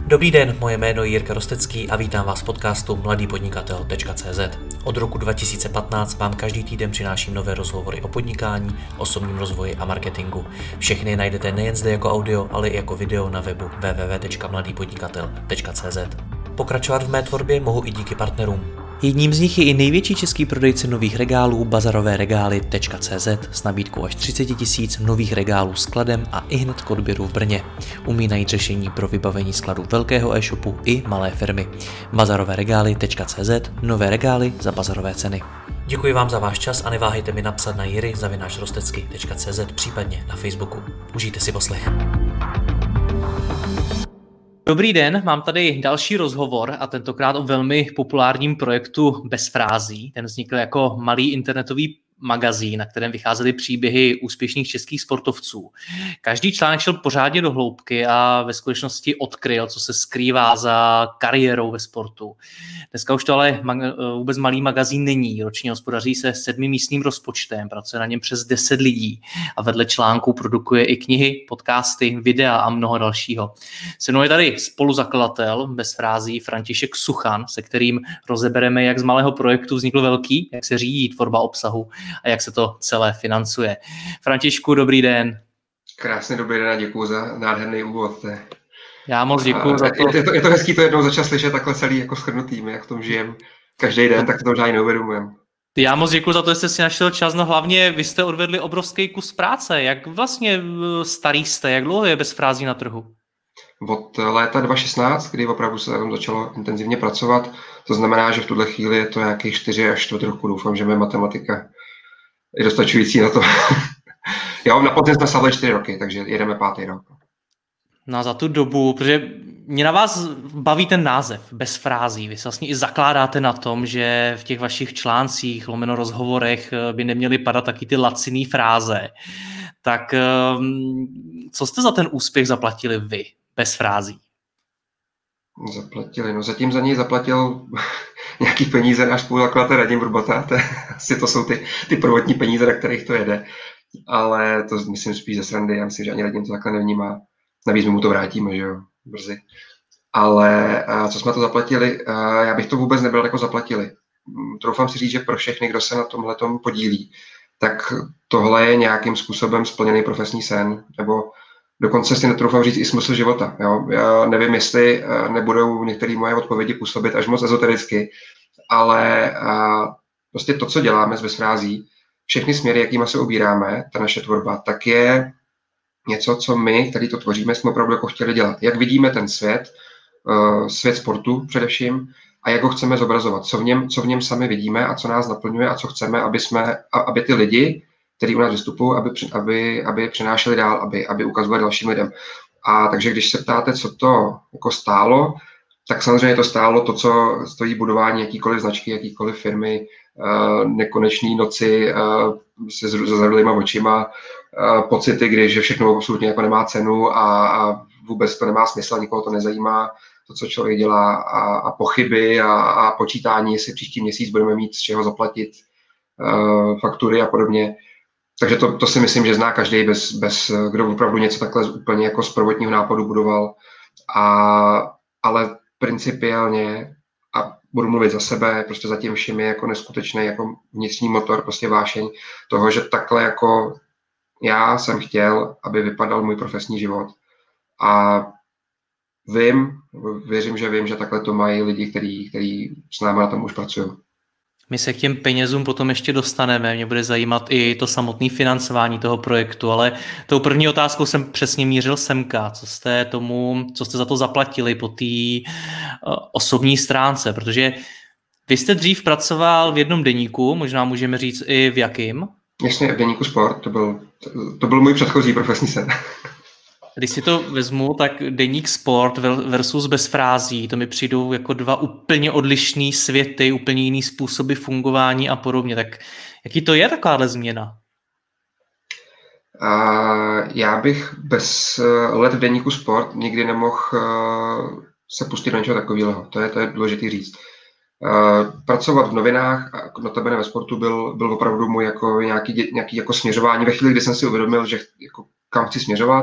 Dobrý den, moje jméno je Jirka Rostecký a vítám vás v podcastu mladýpodnikatel.cz. Od roku 2015 vám každý týden přináším nové rozhovory o podnikání, osobním rozvoji a marketingu. Všechny najdete nejen zde jako audio, ale i jako video na webu www.mladýpodnikatel.cz. Pokračovat v mé tvorbě mohu i díky partnerům. Jedním z nich je i největší český prodejce nových regálů bazaroveregály.cz s nabídkou až 30 000 nových regálů skladem a ihned k odběru v Brně. Umí najít řešení pro vybavení skladu velkého e-shopu i malé firmy. bazaroveregály.cz, nové regály za bazarové ceny. Děkuji vám za váš čas a neváhejte mi napsat na jiry@rostecky.cz, případně na Facebooku. Užijte si poslech. Dobrý den, mám tady další rozhovor a tentokrát o velmi populárním projektu Bez frází. Ten vznikl jako malý internetový magazín, na kterém vycházely příběhy úspěšných českých sportovců. Každý článek šel pořádně do hloubky a ve skutečnosti odkryl, co se skrývá za kariérou ve sportu. Dneska už to ale vůbec malý magazín není. Ročně hospodaří se 7místním rozpočtem, pracuje na něm přes 10 lidí a vedle článků produkuje i knihy, podcasty, videa a mnoho dalšího. Se mnou je tady spoluzakladatel Bez frází František Suchan, se kterým rozebereme, jak z malého projektu vznikl velký, jak se řídí tvorba obsahu a jak se to celé financuje. Františku, dobrý den. Krásný dobrý den a děkuju za nádherný úvod. Já moc děkuju za to. Je to hezký to jednou začal slyšet takhle celý jako shrnutý, jak v tom žijem každý den, tak to možná i neuvědomujem. Já moc děkuju za to, že jste si našel čas, no hlavně vy jste odvedli obrovský kus práce. Jak vlastně starý jste, jak dlouho je Bez frází na trhu? Od léta 2016, kdy opravdu se tam začalo intenzivně pracovat, to znamená, že v tuhle chvíli je to nějakých 4 až 4 roku. Doufám, že moje matematika je dostačující na to. Jo, na podzim jsme slavili 4 roky, takže jedeme 5. rok. No za tu dobu, protože mě na vás baví ten název Bez frází. Vy se vlastně i zakládáte na tom, že v těch vašich článcích, lomeno rozhovorech by neměly padat taky ty laciný fráze. Tak co jste za ten úspěch zaplatili vy, Bez frází? Zaplatili, no zatím za něj zaplatil nějaký peníze náš spoluzakladatel Radim Vrbata, asi to jsou ty prvotní peníze, na kterých to jede, ale to myslím spíš ze srandy, já myslím, že ani Radim to takhle nevnímá, navíc my mu to vrátíme, že jo, brzy. Ale co jsme to zaplatili, já bych to vůbec nebral jako zaplatili. Troufám si říct, že pro všechny, kdo se na tomhletom podílí, tak tohle je nějakým způsobem splněný profesní sen, nebo dokonce si netroufám říct i smysl života. Jo? Já nevím, jestli nebudou některé moje odpovědi působit až moc ezotericky, ale prostě to, co děláme s Bez frází, všechny směry, jakýma se ubíráme, ta naše tvorba, tak je něco, co my, který to tvoříme, jsme opravdu jako chtěli dělat. Jak vidíme ten svět, svět sportu především, a jak ho chceme zobrazovat, co v něm sami vidíme a co nás naplňuje a co chceme, aby ty lidi, kteří u nás vystupují, aby přenášeli dál, aby ukazovali dalším lidem. A takže když se ptáte, co to jako stálo, tak samozřejmě to stálo to, co stojí budování jakýkoliv značky, jakýkoliv firmy, nekonečné noci se zavřelýma očima, pocity, že všechno absolutně jako nemá cenu a vůbec to nemá smysl, nikoho to nezajímá, to, co člověk dělá a pochyby a počítání, jestli příští měsíc budeme mít z čeho zaplatit faktury a podobně. Takže to si myslím, že zná každý, kdo opravdu něco takhle úplně jako z prvotního nápadu budoval. Ale principiálně, a budu mluvit za sebe, prostě za tím vším je jako neskutečný jako vnitřní motor, prostě vášeň toho, že takhle jako já jsem chtěl, aby vypadal můj profesní život. A věřím, že takhle to mají lidi, kteří s námi na tom už pracují. My se k těm penězům potom ještě dostaneme, mě bude zajímat i to samotné financování toho projektu, ale tou první otázkou jsem přesně mířil semka, co jste za to zaplatili po té osobní stránce, protože vy jste dřív pracoval v jednom deníku, možná můžeme říct i v jakým? Jasně, v deníku Sport, to byl můj předchozí profesní sen. Když si to vezmu, tak deník Sport versus Bez frází, to mi přijdou jako dva úplně odlišný světy, úplně jiný způsoby fungování a podobně. Tak jaký to je takováhle změna? Já bych bez let v deníku Sport nikdy nemohl se pustit do něčeho takového. To je důležité říct. Pracovat v novinách a notabene ve sportu byl opravdu můj jako nějaký jako směřování. Ve chvíli, kdy jsem si uvědomil, že jako kam chci směřovat,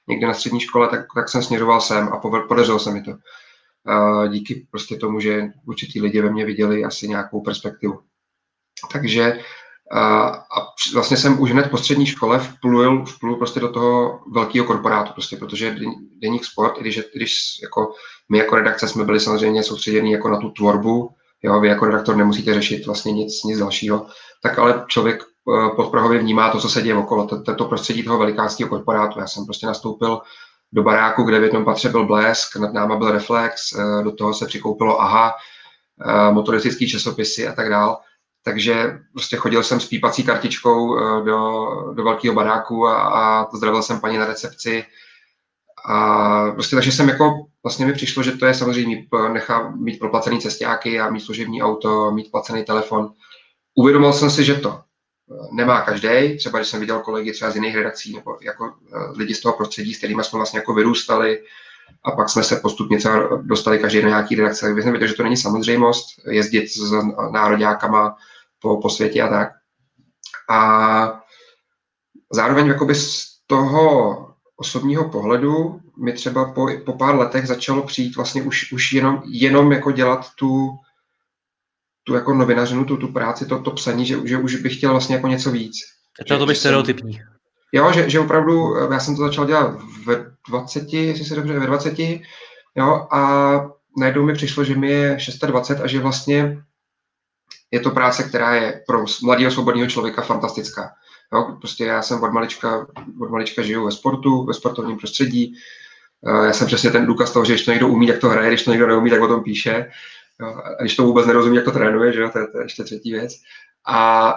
někde na střední škole, tak jsem směřoval sem a podařilo se mi to. Díky prostě tomu, že určitý lidi ve mně viděli asi nějakou perspektivu. Takže a vlastně jsem už hned po střední škole vplul prostě do toho velkého korporátu, prostě, protože Deník Sport, i když jako my jako redakce jsme byli samozřejmě soustředěni jako na tu tvorbu, jo, vy jako redaktor nemusíte řešit vlastně nic dalšího, tak ale člověk podprahově vnímá to, co se děje okolo, to prostředí toho velikánského korporátu. Já jsem prostě nastoupil do baráku, kde v jednom patře byl Blesk, nad náma byl Reflex, do toho se přikoupilo AHA, motoristický časopisy a tak dál. Takže prostě chodil jsem s pípací kartičkou do velkého baráku a zdravil jsem paní na recepci. A prostě takže jsem jako, vlastně mi přišlo, že to je samozřejmě mít proplacený cestáky a mít služební auto, mít placený telefon. Uvědomil jsem si, že to nemá každý. Třeba když jsem viděl kolegy třeba z jiných redakcí nebo jako lidi z toho prostředí, s kterými jsme vlastně jako vyrůstali a pak jsme se postupně třeba dostali každý do nějaký redakce, tak jsem viděl, že to není samozřejmost jezdit s nároďákama po světě a tak. A zároveň jakoby z toho osobního pohledu mi třeba po pár letech začalo přijít vlastně už jenom jako dělat tu jako novinařinu, tu práci, to psaní, že už bych chtěl vlastně jako něco víc. To by stereotypní. Jo, že opravdu, já jsem to začal dělat ve 20, jestli se dobře, ve 20, jo, a najednou mi přišlo, že mi je 26 a že vlastně je to práce, která je pro mladého svobodného člověka fantastická. Jo, prostě já jsem od malička žiju ve sportu, ve sportovním prostředí. Já jsem přesně ten důkaz toho, že když to někdo umí, jak to hraje, když to někdo neumí, tak o tom píše. Jo, a když to vůbec nerozumí, jak to trénuje, že jo, to je ještě třetí věc. A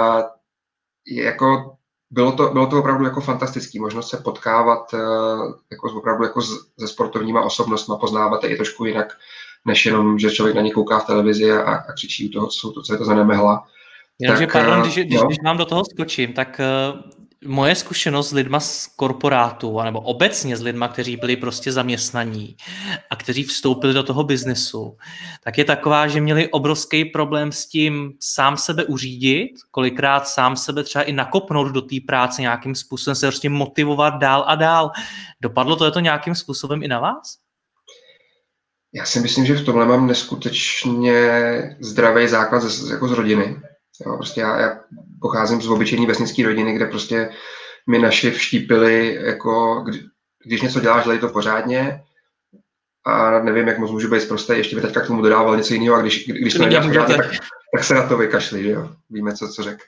jako bylo to opravdu jako fantastický, možnost se potkávat jako opravdu jako se sportovníma osobnostma, poznávat je trošku jinak, než jenom, že člověk na ně kouká v televizi a křičí u toho, co je to za nemehla. Jenomže, pardon, když vám do toho skočím, tak moje zkušenost s lidma z korporátu, nebo obecně s lidma, kteří byli prostě zaměstnaní a kteří vstoupili do toho biznesu, tak je taková, že měli obrovský problém s tím sám sebe uřídit, kolikrát sám sebe třeba i nakopnout do té práce nějakým způsobem, se prostě motivovat dál a dál. Dopadlo to nějakým způsobem i na vás? Já si myslím, že v tomhle mám neskutečně zdravý základ jako z rodiny. Jo, prostě já pocházím z obyčejné vesnické rodiny, kde prostě mi naši vštípili, jako když něco děláš, dělej to pořádně. A nevím, jak moc můžu být prostý, ještě by teďka k tomu dodával něco jiného, a když to neděláš pořádně, tak se na to vykašli, že jo? Víme, co řek.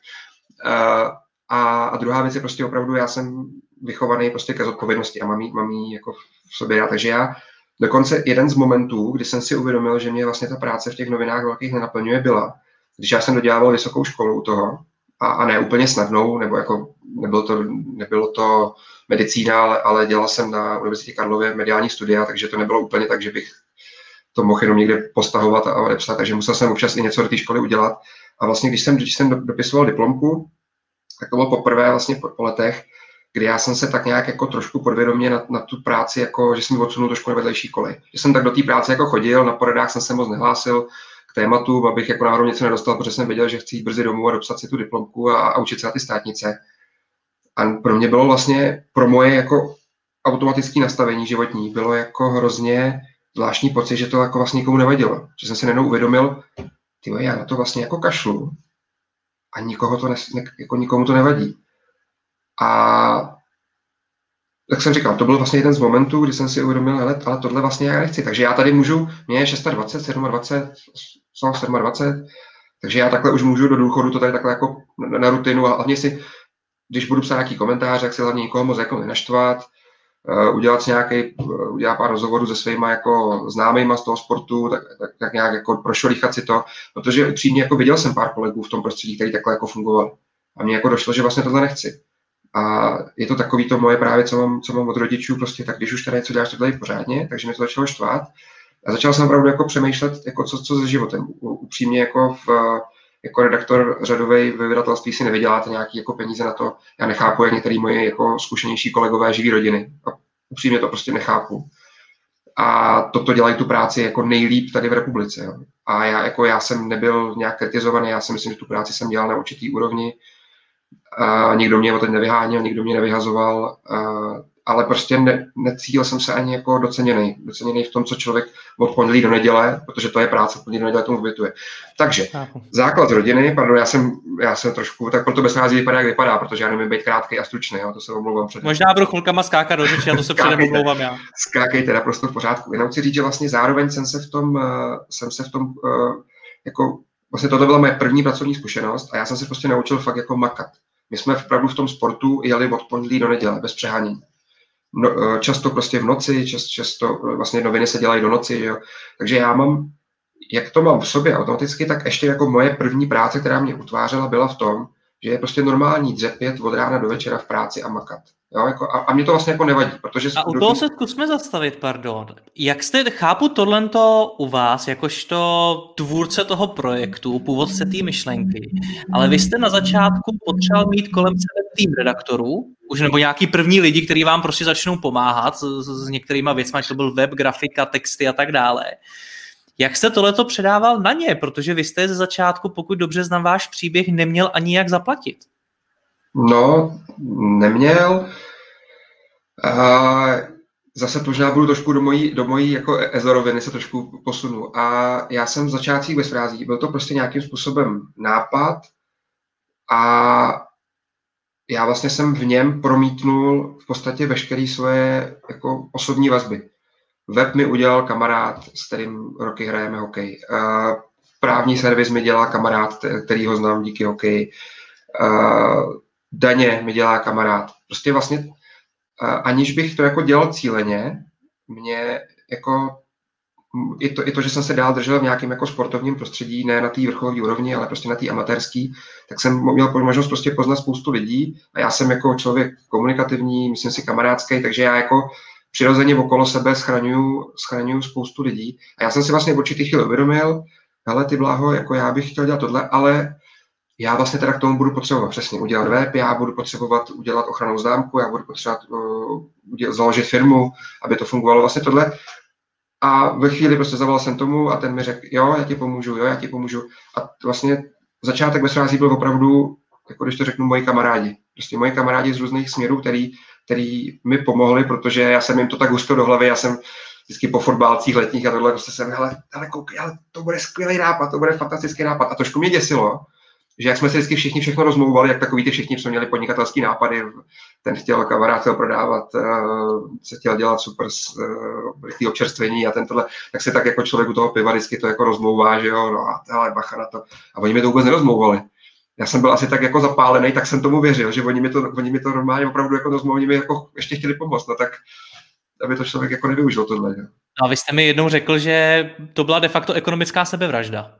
A druhá věc je prostě opravdu, já jsem vychovaný prostě ke zodpovědnosti a mám jí jako v sobě rád. Takže já dokonce jeden z momentů, kdy jsem si uvědomil, že mě vlastně ta práce v těch novinách velkých nenaplňuje, byla, když já jsem dodělával vysokou školu u toho, a ne úplně snadnou, nebo jako nebylo to medicína, ale dělal jsem na Univerzitě Karlově mediální studia, takže to nebylo úplně tak, že bych to mohl jenom někde postahovat a odepsat, takže musel jsem občas i něco do té školy udělat. A vlastně, když jsem dopisoval diplomku, tak to bylo poprvé vlastně po letech, kdy já jsem se tak nějak jako trošku podvědomě na tu práci, jako že jsem odsunul trošku na vedlejší kolej. Že jsem tak do té práce jako chodil, na poradách jsem se moc nehlásil k tématu, abych jako náhodou něco nedostal, protože jsem věděl, že chci jít brzy domů a dopsat si tu diplomku a učit se na ty státnice. A pro mě bylo vlastně, pro moje jako automatické nastavení životní, bylo jako hrozně zvláštní pocit, že to jako vlastně nikomu nevadilo. Že jsem si najednou uvědomil, tyhle, já na to vlastně jako kašlu a nikomu to nevadí. A tak jsem říkal, to byl vlastně jeden z momentů, kdy jsem si uvědomil, ale tohle vlastně já nechci. Takže já tady můžu, mě je 26, 27, takže já takhle už můžu do důchodu to tady takhle jako na rutinu a hlavně si, když budu psát nějaký komentář, tak si hlavně nikoho moc jako nenaštvat, udělat pár rozhovorů se svýma jako známejma z toho sportu, tak nějak jako prošolíchat si to, protože upřímně jako viděl jsem pár kolegů v tom prostředí, který takhle jako fungoval. A mně jako došlo, že vlastně tohle nechci. A je to takový to moje právě, co mám od rodičů, prostě tak když už tady něco děláš, to dělej pořádně, takže mě to začalo štvát. A začal jsem opravdu jako přemýšlet, jako co se životem. Upřímně jako redaktor řadovej ve vydavatelství si nevyděláte nějaký jako peníze na to. Já nechápu, jak některý moji jako zkušenější kolegové živí rodiny. A upřímně to prostě nechápu. A toto dělají tu práci jako nejlíp tady v republice. Jo. A já jsem nebyl nějak kritizovaný, já si myslím, že tu práci jsem dělal na určitý úrovni. Nikdo mě o teď nevyháněl, nikdo mě nevyhazoval. ale prostě necítil jsem se ani jako doceněný v tom, co člověk od pondělí do neděle, protože to je práce, od pondělí do neděle tomu obětuje. Takže základ rodiny, pardon, já jsem trošku, tak proto bez frází vypadá, jak vypadá, protože já nemůžu být krátký a stručný, jo, to se omlouvám před. Možná budu chvilkama skákat do řeči, a to se předem omlouvám já. Skákejte, naprosto v pořádku. Jenom chci říct, že vlastně zároveň jsem se v tom jako, vlastně tohle byla moje první pracovní zkušenost a já jsem se prostě naučil fakt jako makat. My jsme opravdu v tom sportu jeli od pondělí do neděle, bez přehánění. No, často prostě v noci, často vlastně noviny se dělají do noci, jo. Takže já mám, jak to mám v sobě automaticky, tak ještě jako moje první práce, která mě utvářela, byla v tom, že je prostě normální dřepět od rána do večera v práci a makat. Jo, jako, a mě to vlastně jako nevadí, protože... A u toho se zkusme zastavit, pardon. Jak jste, chápu tohlento u vás, jakožto tvůrce toho projektu, původce té myšlenky, ale vy jste na začátku potřeboval mít kolem sebe tým redaktorů, už nebo nějaký první lidi, kteří vám prostě začnou pomáhat s některýma věcmi, ať to byl web, grafika, texty a tak dále. Jak jste tohleto předával na ně? Protože vy jste ze začátku, pokud dobře znám váš příběh, neměl ani jak zaplatit. No, neměl. Zase možná budu trošku do mojí jako ezoroviny se trošku posunu. A já jsem v začátcích bez frází. Byl to prostě nějakým způsobem nápad a já vlastně jsem v něm promítnul v podstatě veškeré svoje jako osobní vazby. Web mi udělal kamarád, s kterým roky hrajeme hokej. Právní servis mi dělá kamarád, který ho znám díky hokeji. Daně mi dělá kamarád. Prostě vlastně aniž bych to jako dělal cíleně, mě jako i to, že jsem se dál držel v nějakém jako sportovním prostředí, ne na té vrcholové úrovni, ale prostě na té amatérský, tak jsem měl možnost prostě poznat spoustu lidí a já jsem jako člověk komunikativní, myslím si kamarádský, takže já jako přirozeně okolo sebe schraňuju spoustu lidí a já jsem si vlastně v určitý chvíli uvědomil, hele ty Bláho, jako já bych chtěl dělat tohle, ale já vlastně teda k tomu budu potřebovat přesně udělat web, já budu potřebovat udělat ochrannou známku, já budu potřebovat založit firmu, aby to fungovalo vlastně tohle. A ve chvíli prostě zavolal jsem tomu a ten mi řekl, jo, já ti pomůžu. A vlastně začátek bez frází byl opravdu, jako když to řeknu, moji kamarádi. Prostě moji kamarádi z různých směrů, který mi pomohli, protože já jsem jim to tak husto do hlavy, já jsem vždycky po fotbálcích letních a tohle prostě jsem, hele koukej, ale to bude skvělý nápad, to bude fantastický nápad. A trošku mě děsilo, že jak jsme se vždycky všichni všechno rozmlouvali, jak takový ty všichni, co měli podnikatelský nápady, ten kamarád chtěl prodávat, se chtěl dělat super rychlý občerstvení a tohle, tak se tak jako člověk u toho piva vždycky to jako rozmlouvá, že jo, no a hele, bacha na to. A oni mi to vůbec nerozmlouvali. Já jsem byl asi tak jako zapálený, tak jsem tomu věřil, že oni mi to normálně opravdu jako rozmlouvají, mi jako ještě chtěli pomoct, no tak aby to člověk jako nevyužil tohle. Jo. A vy jste mi jednou řekl, že to byla de facto ekonomická sebevražda.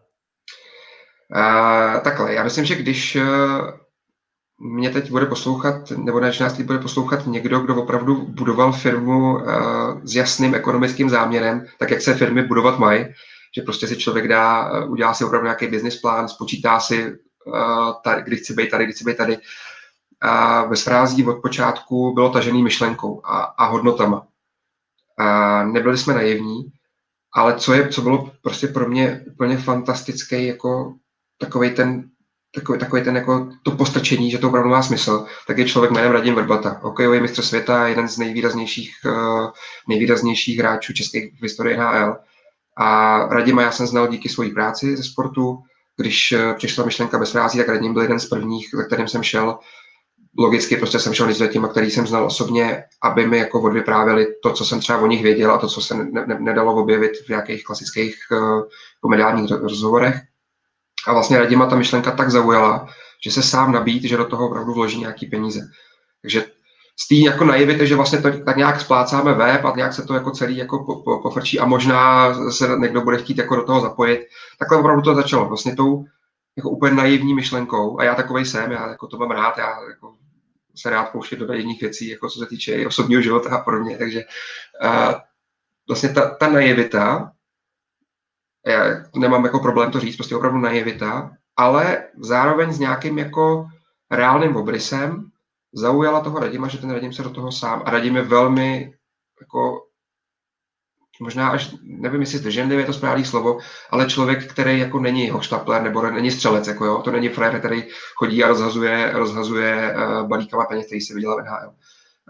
Takhle, já myslím, že když mě teď bude poslouchat, nebo než nás teď bude poslouchat někdo, kdo opravdu budoval firmu s jasným ekonomickým záměrem, tak jak se firmy budovat mají, že prostě si člověk udělá si opravdu nějaký business plán, spočítá si, kdy chci být tady. A bez frází od počátku bylo tažený myšlenkou a hodnotama. Nebyli jsme naivní, ale co bylo prostě pro mě úplně fantastický jako takový ten jako to postrčení, že to opravdu má smysl, tak je člověk jménem Radim Vrbata. Hokejový mistr světa, jeden z nejvýraznějších hráčů českých v historii NHL. A Radima já jsem znal díky své práci ze sportu. Když přišla myšlenka bez frází, tak Radim byl jeden z prvních, za kterým jsem šel. Logicky prostě jsem šel s těma, který jsem znal osobně, aby mi jako odvyprávěli to, co jsem třeba o nich věděl a to, co se nedalo objevit v nějakých klasických mediálních rozhovorech. A vlastně Radima ta myšlenka tak zaujala, že se sám nabít, že do toho opravdu vloží nějaký peníze. Takže z té jako naivity, že vlastně to tak nějak splácáme web a nějak se to jako celý jako pofrčí a možná se někdo bude chtít jako do toho zapojit. Takhle opravdu to začalo. Vlastně tou jako úplně naivní myšlenkou a já takovej jsem, já jako to mám rád, já jako se rád pouštět do naivních věcí, jako co se týče i osobního života a podobně. Takže vlastně ta naivita, já nemám jako problém to říct, prostě opravdu naivita, ale zároveň s nějakým jako reálným obrysem zaujala toho Radima, že ten Radim se do toho sám a Radim je velmi jako možná až, nevím, jestli zdrženlivý je to správný slovo, ale člověk, který jako není hochštapler nebo není střelec, jako jo, to není frajer, který chodí a rozhazuje balíkama peněz, který si vydělal v NHL.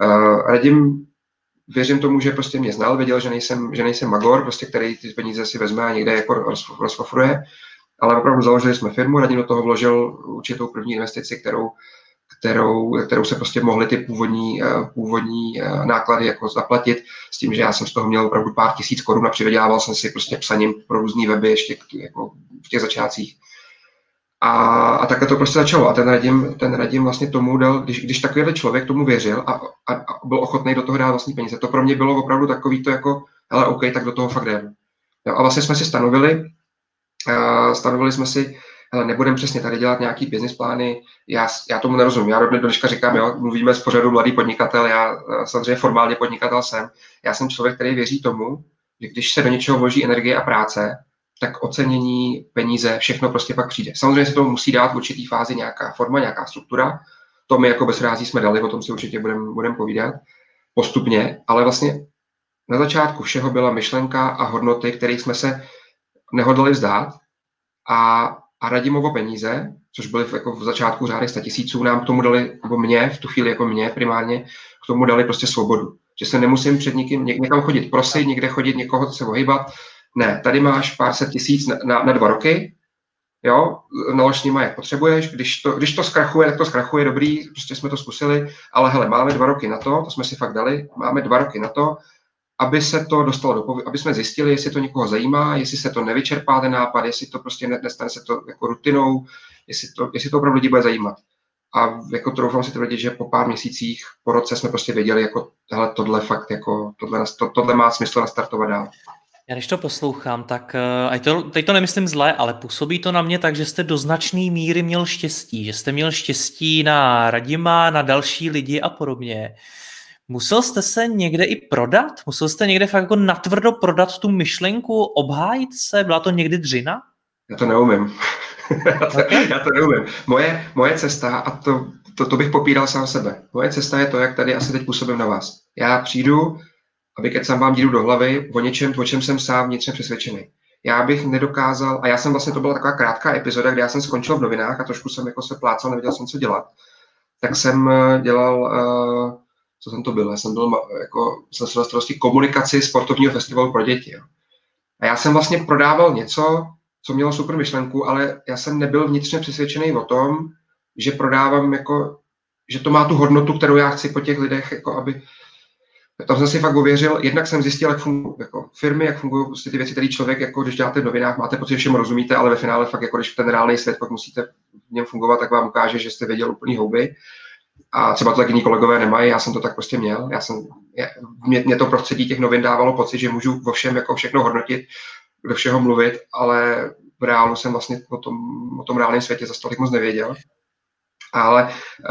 Radim, věřím tomu, že prostě mě znal, věděl, že nejsem magor, prostě, který ty peníze si vezme a někde jako rozfofruje, ale opravdu založili jsme firmu, Radim do toho vložil určitou první investici, kterou se prostě mohly ty původní náklady jako zaplatit, s tím, že já jsem z toho měl opravdu pár tisíc korun a přivydělával jsem si prostě psaním pro různý weby ještě jako v těch začátcích. A takhle to prostě začalo. A ten Radim vlastně tomu dal, když takovýhle člověk tomu věřil a byl ochotný do toho dát vlastní peníze, to pro mě bylo opravdu takový to jako, hele, OK, tak do toho fakt jdeme. A vlastně jsme si stanovili jsme si, hele, nebudeme přesně tady dělat nějaký business plány, já tomu nerozumím, já do dneška říkám, jo, mluvíme z pořadu mladý podnikatel, já samozřejmě formálně podnikatel jsem, já jsem člověk, který věří tomu, že když se do něčeho vloží energie a práce, tak ocenění, peníze, všechno prostě pak přijde. Samozřejmě se tomu musí dát v určitý fázi nějaká forma, nějaká struktura, to my jako Bezfrází jsme dali, o tom si určitě budeme povídat postupně, ale vlastně na začátku všeho byla myšlenka a hodnoty, kterých jsme se nehodlali vzdát a Radimovo peníze, což byly jako v začátku řádech 100 000, nám k tomu dali, nebo mě, v tu chvíli jako mě primárně, k tomu dali prostě svobodu. Že se nemusím před někým někam chodit prosit, někde chodit, někoho se ohybat. Ne, tady máš pár set tisíc na 2 roky, jo, nalož s nima, jak potřebuješ, když to zkrachuje, tak to zkrachuje, dobrý, prostě jsme to zkusili, ale hele, máme 2 roky na to jsme si fakt dali, máme 2 roky na to, aby se to dostalo aby jsme zjistili, jestli to někoho zajímá, jestli se to nevyčerpá ten nápad, jestli to prostě nestane se to jako rutinou, jestli to opravdu lidi bude zajímat. A jako troufám si tvrdit, že po pár měsících, po roce jsme prostě věděli, jako hele, tohle fakt, jako tohle má smysl nastartovat dál. Já když to poslouchám, tak teď to nemyslím zle, ale působí to na mě tak, že jste do značné míry měl štěstí, že jste měl štěstí na Radima, na další lidi a podobně. Musel jste se někde i prodat? Musel jste někde fakt jako natvrdo prodat tu myšlenku, obhájit se? Byla to někdy dřina? Já to neumím. Já to neumím. Moje cesta, a to bych popíral sám sebe, moje cesta je to, jak tady asi teď působím na vás. Já přijdu, aby kecám vám díru do hlavy o čem jsem sám vnitřně přesvědčený. Já bych nedokázal, a já jsem vlastně, to byla taková krátká epizoda, kde já jsem skončil v novinách a trošku jsem jako se plácal, nevěděl jsem, co dělat. Tak jsem dělal, co jsem to byl? Já jsem jsem se na starosti komunikaci sportovního festivalu pro děti. Jo. A já jsem vlastně prodával něco, co mělo super myšlenku, ale já jsem nebyl vnitřně přesvědčený o tom, že prodávám jako, že to má tu hodnotu, kterou já chci po těch lidech, jako aby. Tam jsem si fakt ověřil, jednak jsem zjistil, jak fungují jako firmy, jak fungují prostě ty věci, které člověk, jako když děláte v novinách, máte pocit, že všem rozumíte, ale ve finále fakt, jako když ten reálný svět pak musíte v něm fungovat, tak vám ukáže, že jste věděl úplný houby. A třeba to tak jiní kolegové nemají, já jsem to tak prostě měl. Mě to prostředí těch novin dávalo pocit, že můžu vo všem jako všechno hodnotit, do všeho mluvit, ale v reálu jsem vlastně o tom reálném světě za tolik moc nevěděl. Ale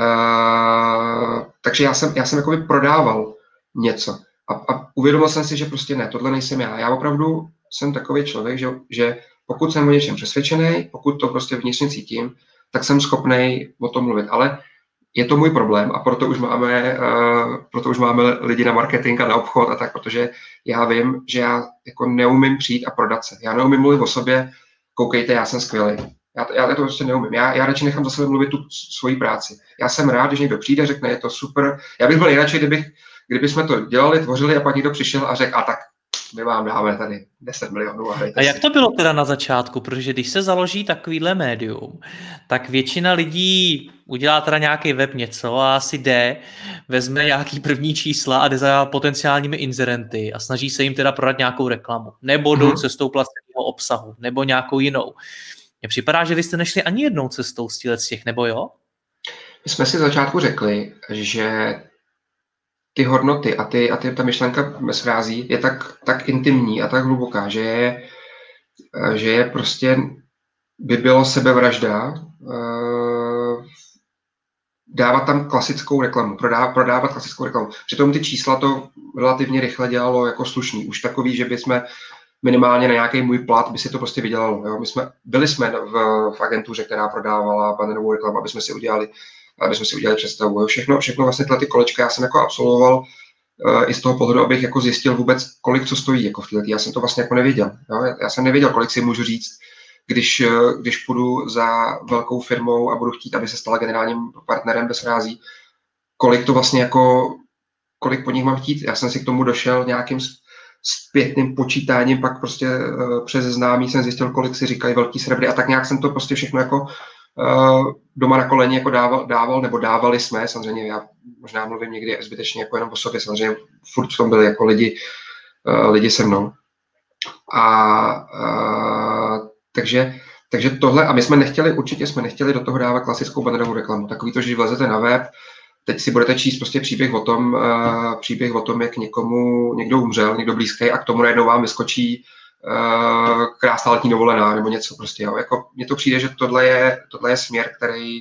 takže já jsem jakoby prodával něco. A uvědomil jsem si, že prostě ne, tohle nejsem já. Já opravdu jsem takový člověk, že pokud jsem o něčem přesvědčený, pokud to prostě vnitřně cítím, tak jsem schopný o tom mluvit. Ale je to můj problém a proto už máme lidi na marketing a na obchod a tak, protože já vím, že já jako neumím přijít a prodat se. Já neumím mluvit o sobě, koukejte, já jsem skvělý. Já to prostě neumím. Já radši nechám za sebe mluvit tu svoji práci. Já jsem rád, když někdo přijde a řekne, je to super. Já bych byl nejradši, kdyby jsme to dělali, tvořili a pak někdo přišel a řekl, a tak my vám dáme tady 10 milionů. A jak to bylo teda na začátku? Protože když se založí takovýhle médium, tak většina lidí udělá teda nějaký web něco a asi jde, vezme nějaký první čísla a jde za potenciálními inzerenty a snaží se jim teda prodat nějakou reklamu. Nebo jdou cestou placeného obsahu, nebo nějakou jinou. Mně připadá, že vy jste nešli ani jednou cestou z těch, nebo jo? My jsme si z začátku řekli, že ty hodnoty a ta myšlenka Bezfrází je tak intimní a tak hluboká, že je prostě by bylo sebevražda dávat tam klasickou reklamu, prodávat klasickou reklamu. Přitom ty čísla to relativně rychle dělalo jako slušný. Už takový, že bychom minimálně na nějaký můj plat by si to prostě vydělalo. Jo? Byli jsme v agentuře, která prodávala banerovou reklamu, aby jsme si udělali představu. Všechno vlastně ty kolečka já jsem jako absolvoval i z toho pohledu, abych jako zjistil vůbec, kolik co stojí jako v této. Já jsem to vlastně jako nevěděl. Jo? Já jsem nevěděl, kolik si můžu říct, když půjdu za velkou firmou a budu chtít, aby se stala generálním partnerem Bezfrází, kolik to vlastně jako kolik po nich mám chtít. Já jsem si k tomu došel nějakým zpětným počítáním, pak prostě přes známý jsem zjistil, kolik si říkají velký srebry a tak nějak jsem to prostě všechno jako doma na koleni jako dával, nebo dávali jsme, samozřejmě já možná mluvím někdy zbytečně jako jenom o sobě, samozřejmě furt v tom byli jako lidi se mnou. Takže tohle, a my jsme nechtěli do toho dávat klasickou bannerovou reklamu. Takový to, že vlezete na web, teď si budete číst prostě příběh o tom, jak někdo umřel, někdo blízký a k tomu najednou vám vyskočí krásná letní dovolená nebo něco prostě. Jo. Jako, mně to přijde, že tohle je směr,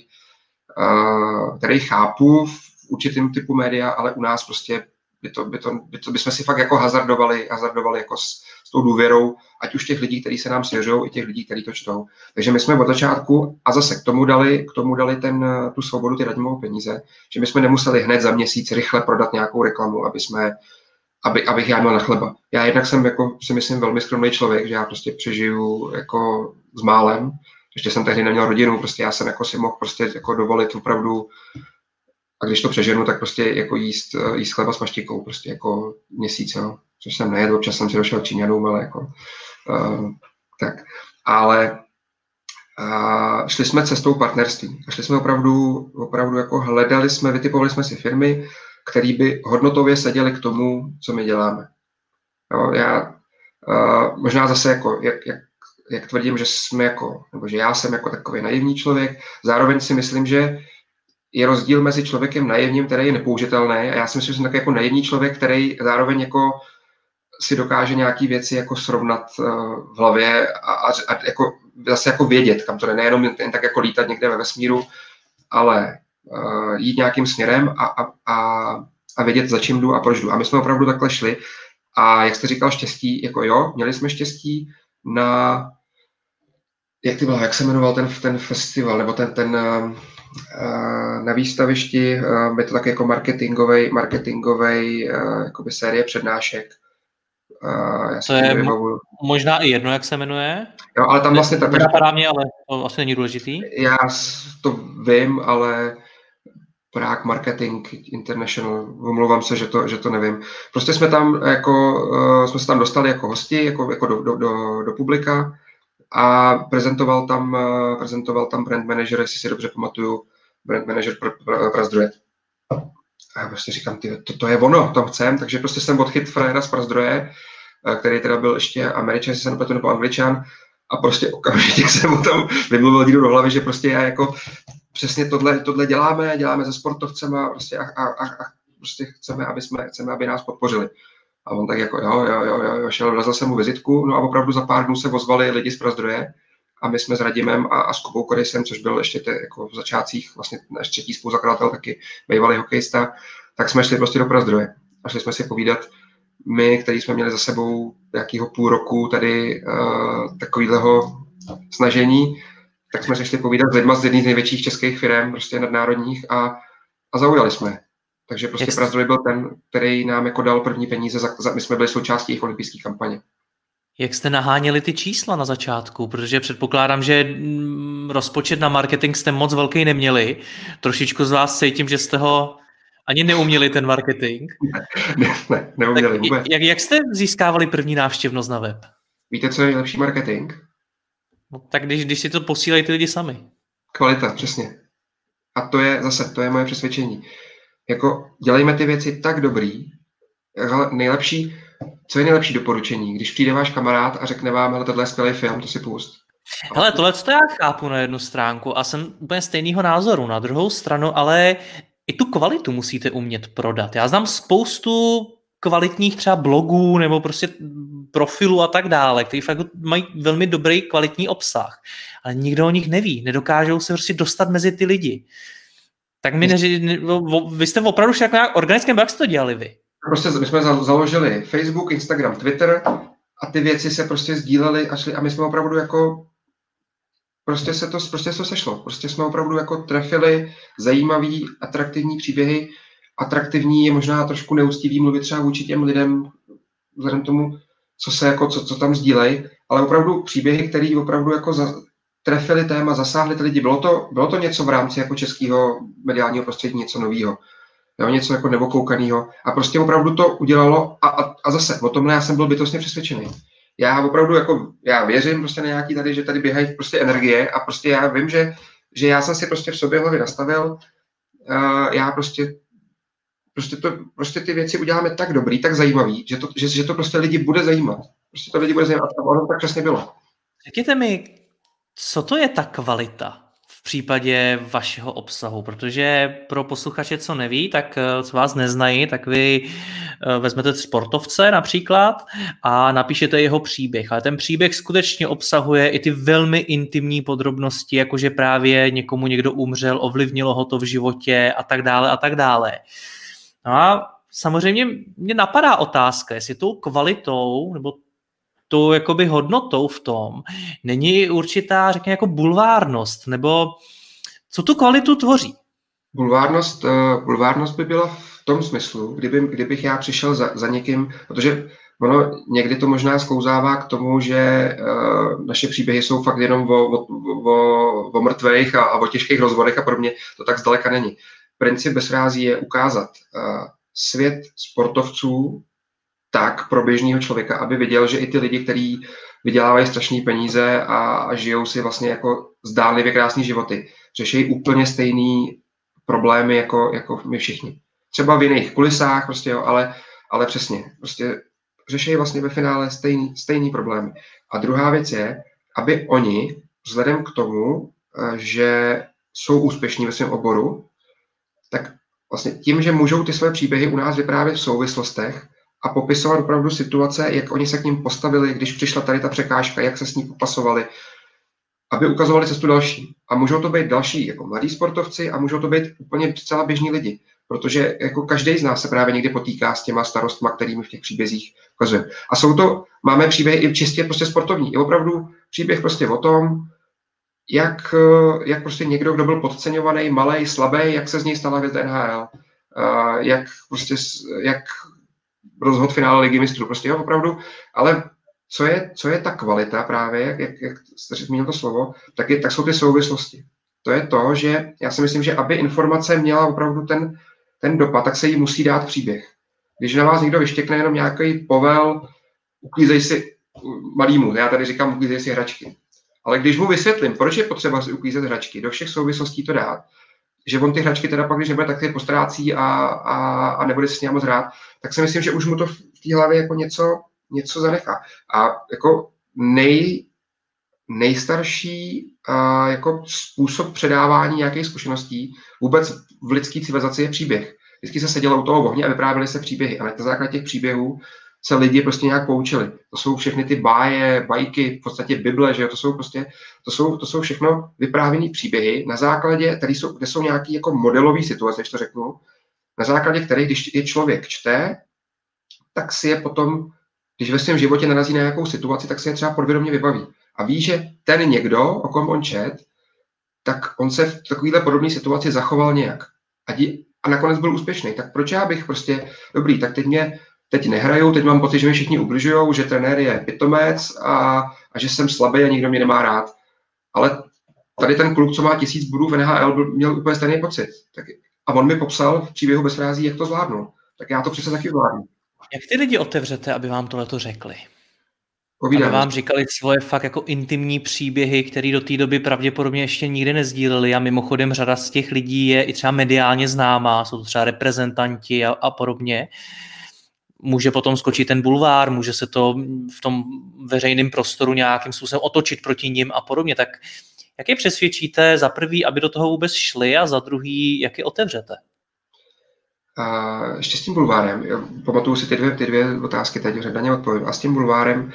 který chápu v určitém typu média, ale u nás prostě bychom si fakt jako hazardovali jako s tou důvěrou, ať už těch lidí, kteří se nám svěřují, i těch lidí, kteří to čtou. Takže my jsme od začátku a zase k tomu dali tu svobodu, ty radimou peníze, že my jsme nemuseli hned za měsíc rychle prodat nějakou reklamu, abych já měl na chleba. Já jednak jsem jako si myslím velmi skromný člověk, že já prostě přežiju jako s málem. Ještě jsem tehdy neměl rodinu, prostě já jsem jako si mohl prostě jako dovolit opravdu, a když to přeženu, tak prostě jako jíst chleba s maštikou, prostě jako měsíc, jo. Což jsem nejedl, občas jsem si došel k Číňanům, ale jako tak. Ale šli jsme cestou partnerství. A šli jsme opravdu jako vytipovali jsme si firmy, které by hodnotově seděly k tomu, co my děláme. Jo, já možná zase jako, jak tvrdím, že já jsem jako takový naivní člověk, zároveň si myslím, že je rozdíl mezi člověkem naivním, který je nepoužitelný, a já si myslím, že jsem takový jako naivní člověk, který zároveň jako si dokáže nějaký věci jako srovnat v hlavě a jako zase jako vědět, kam to jde, nejenom jen tak jako lítat někde ve vesmíru, ale jít nějakým směrem a vědět, za čím jdu a proč jdu. A my jsme opravdu takhle šli. A jak jste říkal, štěstí, jako jo, měli jsme štěstí na, jak se jmenoval ten festival, nebo ten na výstavišti, je to tak jako marketingovej jakoby série přednášek. To je možná i jedno, jak se jmenuje. Jo, ale tam vlastně tak. Napadá mě, ale to asi není důležitý. Já to vím, ale Prague Marketing International, omlouvám se, že to nevím. Prostě jsme se tam dostali jako hosti, jako do publika a prezentoval tam brand manager, jestli si dobře pamatuju, brand manager Prazdroje. A já prostě říkám, to je ono, to chcem, takže prostě jsem odchyt frajera z Prazdroje, který teda byl ještě Američan, jestli se nepletu, nebo Angličan, a prostě okamžitě jsem mu tam vymluvil díru do hlavy, že prostě já jako přesně tohle děláme se sportovcema prostě a prostě chceme, aby nás podpořili. A on tak jako jo, šel, vlezl jsem mu vizitku, no a opravdu za pár dnů se ozvali lidi z Prazdroje a my jsme s Radimem a s Kubou Korejsem, což byl ještě jako v začátcích vlastně náš třetí spoluzakladatel, taky bývalý hokejista, tak jsme šli prostě do Prazdroje a šli jsme si povídat my, který jsme měli za sebou nějakého půl roku tady takového snažení, tak jsme se šli povídat s lidma z jedné z největších českých firm, prostě nadnárodních a zaujali jsme. Takže prostě Prazdroj byl ten, který nám jako dal první peníze, my jsme byli součástí jejich olympijské kampaně. Jak jste naháněli ty čísla na začátku? Protože předpokládám, že rozpočet na marketing jste moc velký neměli. Trošičku z vás cítím, že jste ho ani neuměli, ten marketing. Ne, neuměli vůbec. Jak jste získávali první návštěvnost na web? Víte, co je nejlepší marketing? No, tak když si to posílají ty lidi sami. Kvalita, přesně. A to je moje přesvědčení. Jako dělejme ty věci tak dobrý, co je nejlepší doporučení, když přijde váš kamarád a řekne vám, hele, tohle je skvělý film, to si pust. Hele, tohle to já chápu na jednu stránku a jsem úplně stejného názoru. Na druhou stranu, ale i tu kvalitu musíte umět prodat. Já znám spoustu kvalitních třeba blogů nebo prostě profilů a tak dále, který fakt mají velmi dobrý kvalitní obsah, ale nikdo o nich neví, nedokážou se prostě dostat mezi ty lidi. Tak vy jste opravdu šli jako nějak organickým, jak jste to dělali vy? Prostě my jsme založili Facebook, Instagram, Twitter a ty věci se prostě sdílely a my jsme opravdu jako prostě se to sešlo. Prostě jsme opravdu jako trefili zajímavý, atraktivní příběhy. Atraktivní je možná trošku neúctivý mluvit třeba vůči těm lidem vzhledem tomu, co tam sdílej, ale opravdu příběhy, které opravdu jako trefili téma, zasáhli ty lidi. Bylo to něco v rámci jako českého mediálního prostředí, něco nového. jo, něco jako nevokoukanýho a prostě opravdu to udělalo a zase, o tomhle já jsem byl bytostně přesvědčený. Já opravdu jako, já věřím prostě na nějaký tady, že tady běhají prostě energie a prostě já vím, že já jsem si prostě v sobě hlavě nastavil, já prostě ty věci uděláme tak dobrý, tak zajímavý, že to prostě lidi bude zajímat. Prostě to lidi bude zajímat a ono tak přesně bylo. Řekněte mi, co to je ta kvalita v případě vašeho obsahu, protože pro posluchače, co neví, tak co vás neznají, tak vy vezmete sportovce například a napíšete jeho příběh, ale ten příběh skutečně obsahuje i ty velmi intimní podrobnosti, jakože právě někomu někdo umřel, ovlivnilo ho to v životě a tak dále a tak dále. No a samozřejmě mě napadá otázka, jestli tou kvalitou nebo tou jakoby hodnotou v tom není určitá, řekněme, jako bulvárnost, nebo co tu kvalitu tvoří? Bulvárnost by byla v tom smyslu, kdybych já přišel za někým, protože ono někdy to možná sklouzává k tomu, že naše příběhy jsou fakt jenom o mrtvejch a o těžkých rozvodech a podobně, to tak zdaleka není. Princip Bez frází je ukázat svět sportovců tak pro běžného člověka, aby viděl, že i ty lidi, kteří vydělávají strašné peníze a žijou si vlastně jako zdánlivě krásný životy, řeší úplně stejný problémy jako my všichni. Třeba v jiných kulisách, prostě, jo, ale přesně. Prostě řeší vlastně ve finále stejný problémy. A druhá věc je, aby oni, vzhledem k tomu, že jsou úspěšní ve svém oboru, tak vlastně tím, že můžou ty své příběhy u nás vyprávět v souvislostech a popisovat opravdu situace, jak oni se k ním postavili, když přišla tady ta překážka, jak se s ní popasovali, aby ukazovali cestu další. A můžou to být další jako mladí sportovci a můžou to být úplně celá běžní lidi, protože jako každý z nás se právě někdy potýká s těma starostma, kterými v těch příbězích ukazujeme. A máme příběhy i čistě prostě sportovní. Je opravdu příběh prostě o tom, jak prostě někdo, kdo byl podceňovaný, malej, slabý, jak se z něj stala hvězda NHL, jak rozhod finále Ligy mistrů, prostě jo, opravdu, ale co je ta kvalita právě, jak jste zmínil to slovo, tak jsou ty souvislosti. To je to, že já si myslím, že aby informace měla opravdu ten dopad, tak se jí musí dát příběh. Když na vás někdo vyštěkne jenom nějaký povel, uklízej si malýmu, já tady říkám, uklízej si hračky. Ale když mu vysvětlím, proč je potřeba si uklízet hračky, do všech souvislostí to dát, že on ty hračky teda pak, když nebude, tak ty postrácí a nebude si s ním moc hrát, tak si myslím, že už mu to v té hlavě jako něco zanechá. A jako nejstarší jako způsob předávání nějakých zkušeností vůbec v lidské civilizaci je příběh. Vždycky se sedělo u toho ohně a vyprávěly se příběhy. A na základě těch příběhů se lidi prostě nějak poučili. To jsou všechny ty bajky, v podstatě Bible, že jo? To jsou všechno vyprávěné příběhy, na základě, kde jsou nějaké jako modelové situace, když to řeknu, na základě kterých, když je člověk čte, tak si je potom, když ve svém životě narazí na nějakou situaci, tak si je třeba podvědomě vybaví. A ví, že ten někdo, o kom on čet, tak on se v takovéhle podobné situaci zachoval nějak. A nakonec byl úspěšný. Tak proč já bych prostě, dobrý, tak teď nehraju, teď mám pocit, že mi všichni ubližujou, že trenér je pitomec a že jsem slabý a nikdo mě nemá rád. Ale tady ten kluk, co má 1000 bodů v NHL, měl úplně stejný pocit. A on mi popsal v příběhu Bez frází, jak to zvládnul. Tak já to přece taky zvládnu. Jak ty lidi otevřete, aby vám tohleto řekli? Povídám. Aby vám říkali svoje fakt jako intimní příběhy, které do té doby pravděpodobně ještě nikdy nezdíleli a mimochodem řada z těch lidí je i třeba mediálně známá, jsou to třeba reprezentanti a podobně. Může potom skočit ten bulvár, může se to v tom veřejném prostoru nějakým způsobem otočit proti nim a podobně. Tak jak je přesvědčíte za prvý, aby do toho vůbec šli a za druhý, jak je otevřete? Ještě s tím bulvárem, pamatuju si ty dvě otázky, teď hned na ně odpovím. A s tím bulvárem,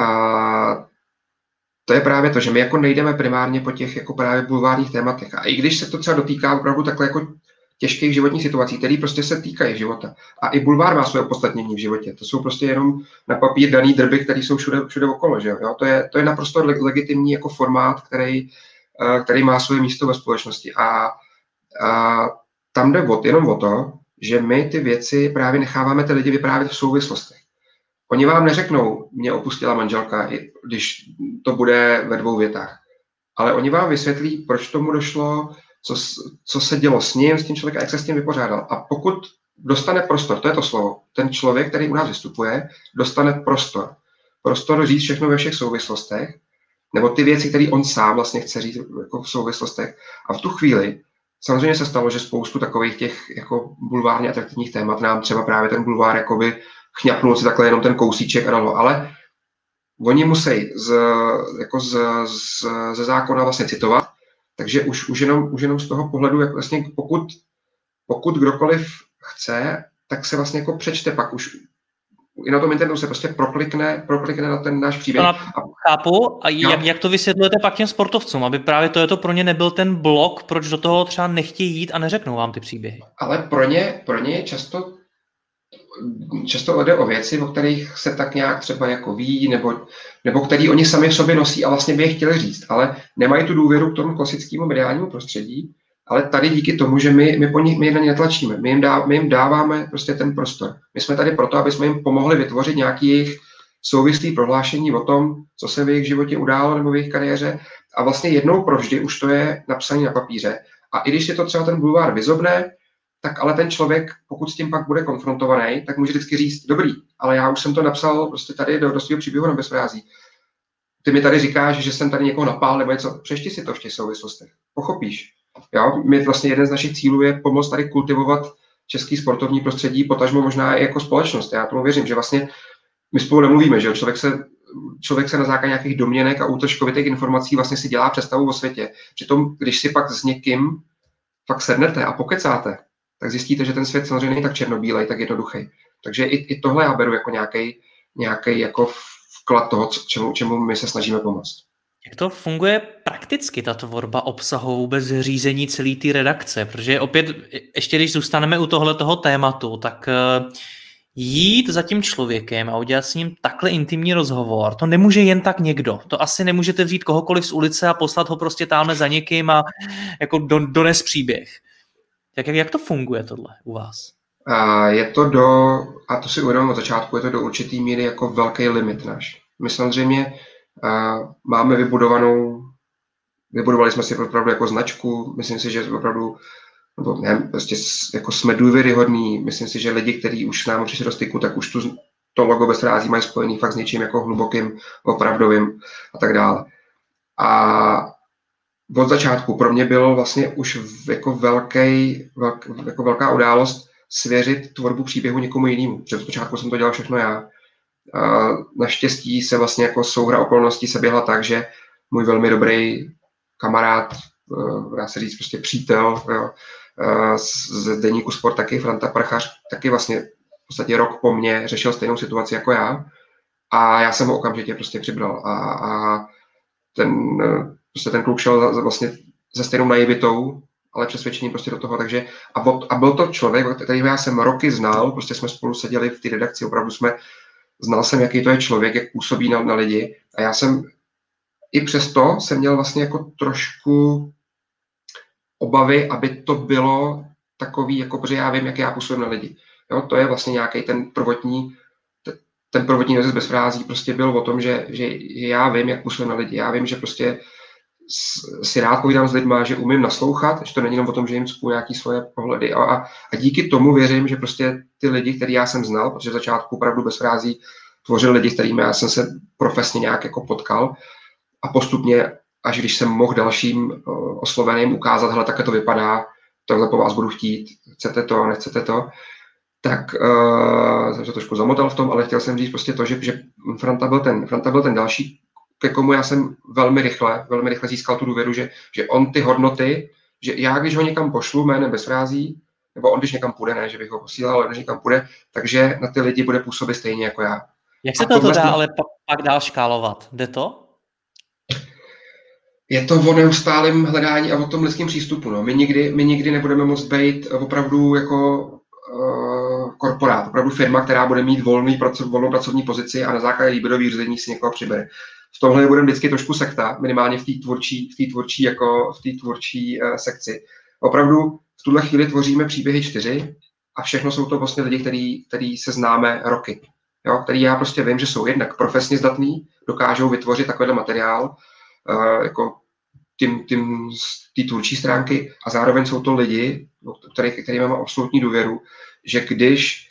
to je právě to, že my jako nejdeme primárně po těch jako právě bulvárních tématech. A i když se to třeba dotýká opravdu takhle jako těžkých životních situací, které prostě se týkají života. A i bulvár má své opodstatnění v životě. To jsou prostě jenom na papír daný drby, které jsou všude okolo. Že jo? To je naprosto legitimní jako formát, který má své místo ve společnosti. A tam jde jenom o to, že my ty věci právě necháváme ty lidi vyprávět v souvislostech. Oni vám neřeknou, mě opustila manželka, když to bude ve 2 větách. Ale oni vám vysvětlí, proč tomu došlo, co se dělo s ním, s tím člověkem, jak se s tím vypořádal. A pokud dostane prostor, to je to slovo, ten člověk, který u nás vystupuje, dostane prostor. Prostor říct všechno ve všech souvislostech, nebo ty věci, které on sám vlastně chce říct jako v souvislostech. A v tu chvíli samozřejmě se stalo, že spoustu takových těch jako bulvárně atraktivních témat nám třeba právě ten bulvár jakoby chňapnul si takhle jenom ten kousíček a dalo, ale oni musí ze zákona vlastně citovat, takže už jenom z toho pohledu, jak vlastně pokud kdokoliv chce, tak se vlastně jako přečte pak už i na tom internetu se prostě proklikne na ten náš příběh. Chápu. A jak to vysvětlujete pak těm sportovcům, aby právě to pro ně nebyl ten blok, proč do toho třeba nechtějí jít a neřeknou vám ty příběhy? Ale pro ně často jde o věci, o kterých se tak nějak třeba jako ví, nebo který oni sami v sobě nosí a vlastně by je chtěli říct, ale nemají tu důvěru k tomu klasickému mediálnímu prostředí, ale tady díky tomu, že my na ně netlačíme, my jim dáváme prostě ten prostor. My jsme tady proto, aby jsme jim pomohli vytvořit nějaký jejich souvislý prohlášení o tom, co se v jejich životě událo nebo v jejich kariéře a vlastně jednou provždy už to je napsané na papíře. A i když je to třeba ten bulvár vyzobne, tak ale ten člověk, pokud s tím pak bude konfrontovaný, tak může vždycky říct, dobrý, ale já už jsem to napsal prostě tady do svého příběhu na Bezfrází. Ty mi tady říkáš, že jsem tady někoho napál nebo něco, přečti si to v těch souvislostech, pochopíš. Jo? My vlastně jeden z našich cílů je pomoct tady kultivovat český sportovní prostředí, potažmo možná i jako společnost. Já tomu věřím, že vlastně my spolu nemluvíme, že člověk se na základě nějakých domněnek a útržkovitých informací vlastně si dělá představu o světě. Přitom, když si pak s někým fakt sednete a pokecáte, tak zjistíte, že ten svět samozřejmě není tak černobílej, tak jednoduchý. Takže i tohle já beru jako nějaký jako vklad toho, čemu my se snažíme pomoct. Jak to funguje prakticky, ta tvorba obsahu, vůbec řízení celé té redakce? Protože opět, ještě když zůstaneme u tohletoho tématu, tak jít za tím člověkem a udělat s ním takhle intimní rozhovor, to nemůže jen tak někdo. To asi nemůžete vzít kohokoliv z ulice a poslat ho prostě tamhle za někým a jako dones příběh. Jak to funguje tohle u vás? A to si uvědomím od začátku, je to do určitý míry jako velký limit náš. My samozřejmě máme vybudovali jsme si opravdu jako značku, myslím si, že opravdu, nebo ne, prostě jako jsme důvěryhodní, myslím si, že lidi, kteří už s námi přišli do styku, tak už to logo Bezfrází mají spojený fakt s něčím jako hlubokým, opravdovým a tak dále. A od začátku pro mě bylo vlastně už jako velká událost svěřit tvorbu příběhu někomu jinému. Protože od počátku jsem to dělal všechno já. Naštěstí se vlastně jako souhra okolností se běhla tak, že můj velmi dobrý kamarád, dá se říct prostě přítel, jo, z deníku Sport taky, Franta Prchař, taky vlastně v podstatě rok po mně řešil stejnou situaci jako já. A já jsem ho okamžitě prostě přibral. A ten kluk šel vlastně se stejnou naivitou, ale přesvědčením prostě do toho. Takže, a byl to člověk, kterýho já jsem roky znal, prostě jsme spolu seděli v té redakci, opravdu znal jsem, jaký to je člověk, jak působí na lidi. A já jsem i přesto jsem měl vlastně jako trošku obavy, aby to bylo takový, jako, protože já vím, jak já působím na lidi. Jo, to je vlastně nějaký ten prvotní noc bez frází prostě byl o tom, že já vím, jak působím na lidi. Já vím, že prostě si rád povídám s lidma, že umím naslouchat, že to není jenom o tom, že jim cpu nějaký svoje pohledy. A díky tomu věřím, že prostě ty lidi, který já jsem znal, protože v začátku opravdu bez frází tvořil lidi, s kterými já jsem se profesně nějak jako potkal a postupně, až když jsem mohl dalším osloveným ukázat, hele, takhle to vypadá, tohle po vás budu chtít, chcete to, nechcete to, tak jsem se trošku zamotal v tom, ale chtěl jsem říct prostě to, že Franta byl ten další, ke komu já jsem velmi rychle získal tu důvěru, že on ty hodnoty, že já, když ho někam pošlu jménem Bezfrází, nebo on, když někam půjde, ne, že bych ho posílal, ale když někam půjde, takže na ty lidi bude působit stejně jako já. Jak se to dá ale pak dál škálovat? Jde to? Je to o neustálém hledání a o tom lidském přístupu. No. My nikdy nebudeme moct být opravdu jako korporát, opravdu firma, která bude mít volnou pracovní pozici a na základě výběrových řízení si někoho přibere. V tomhle budeme vždycky trošku sekta, minimálně v té tvůrčí sekci. Opravdu v tuhle chvíli tvoříme příběhy 4 a všechno jsou to vlastně lidi, který se známe roky. Jo? Který já prostě vím, že jsou jednak profesně zdatný, dokážou vytvořit takovýhle materiál, jako z té tvůrčí stránky a zároveň jsou to lidi, který mám absolutní důvěru, že když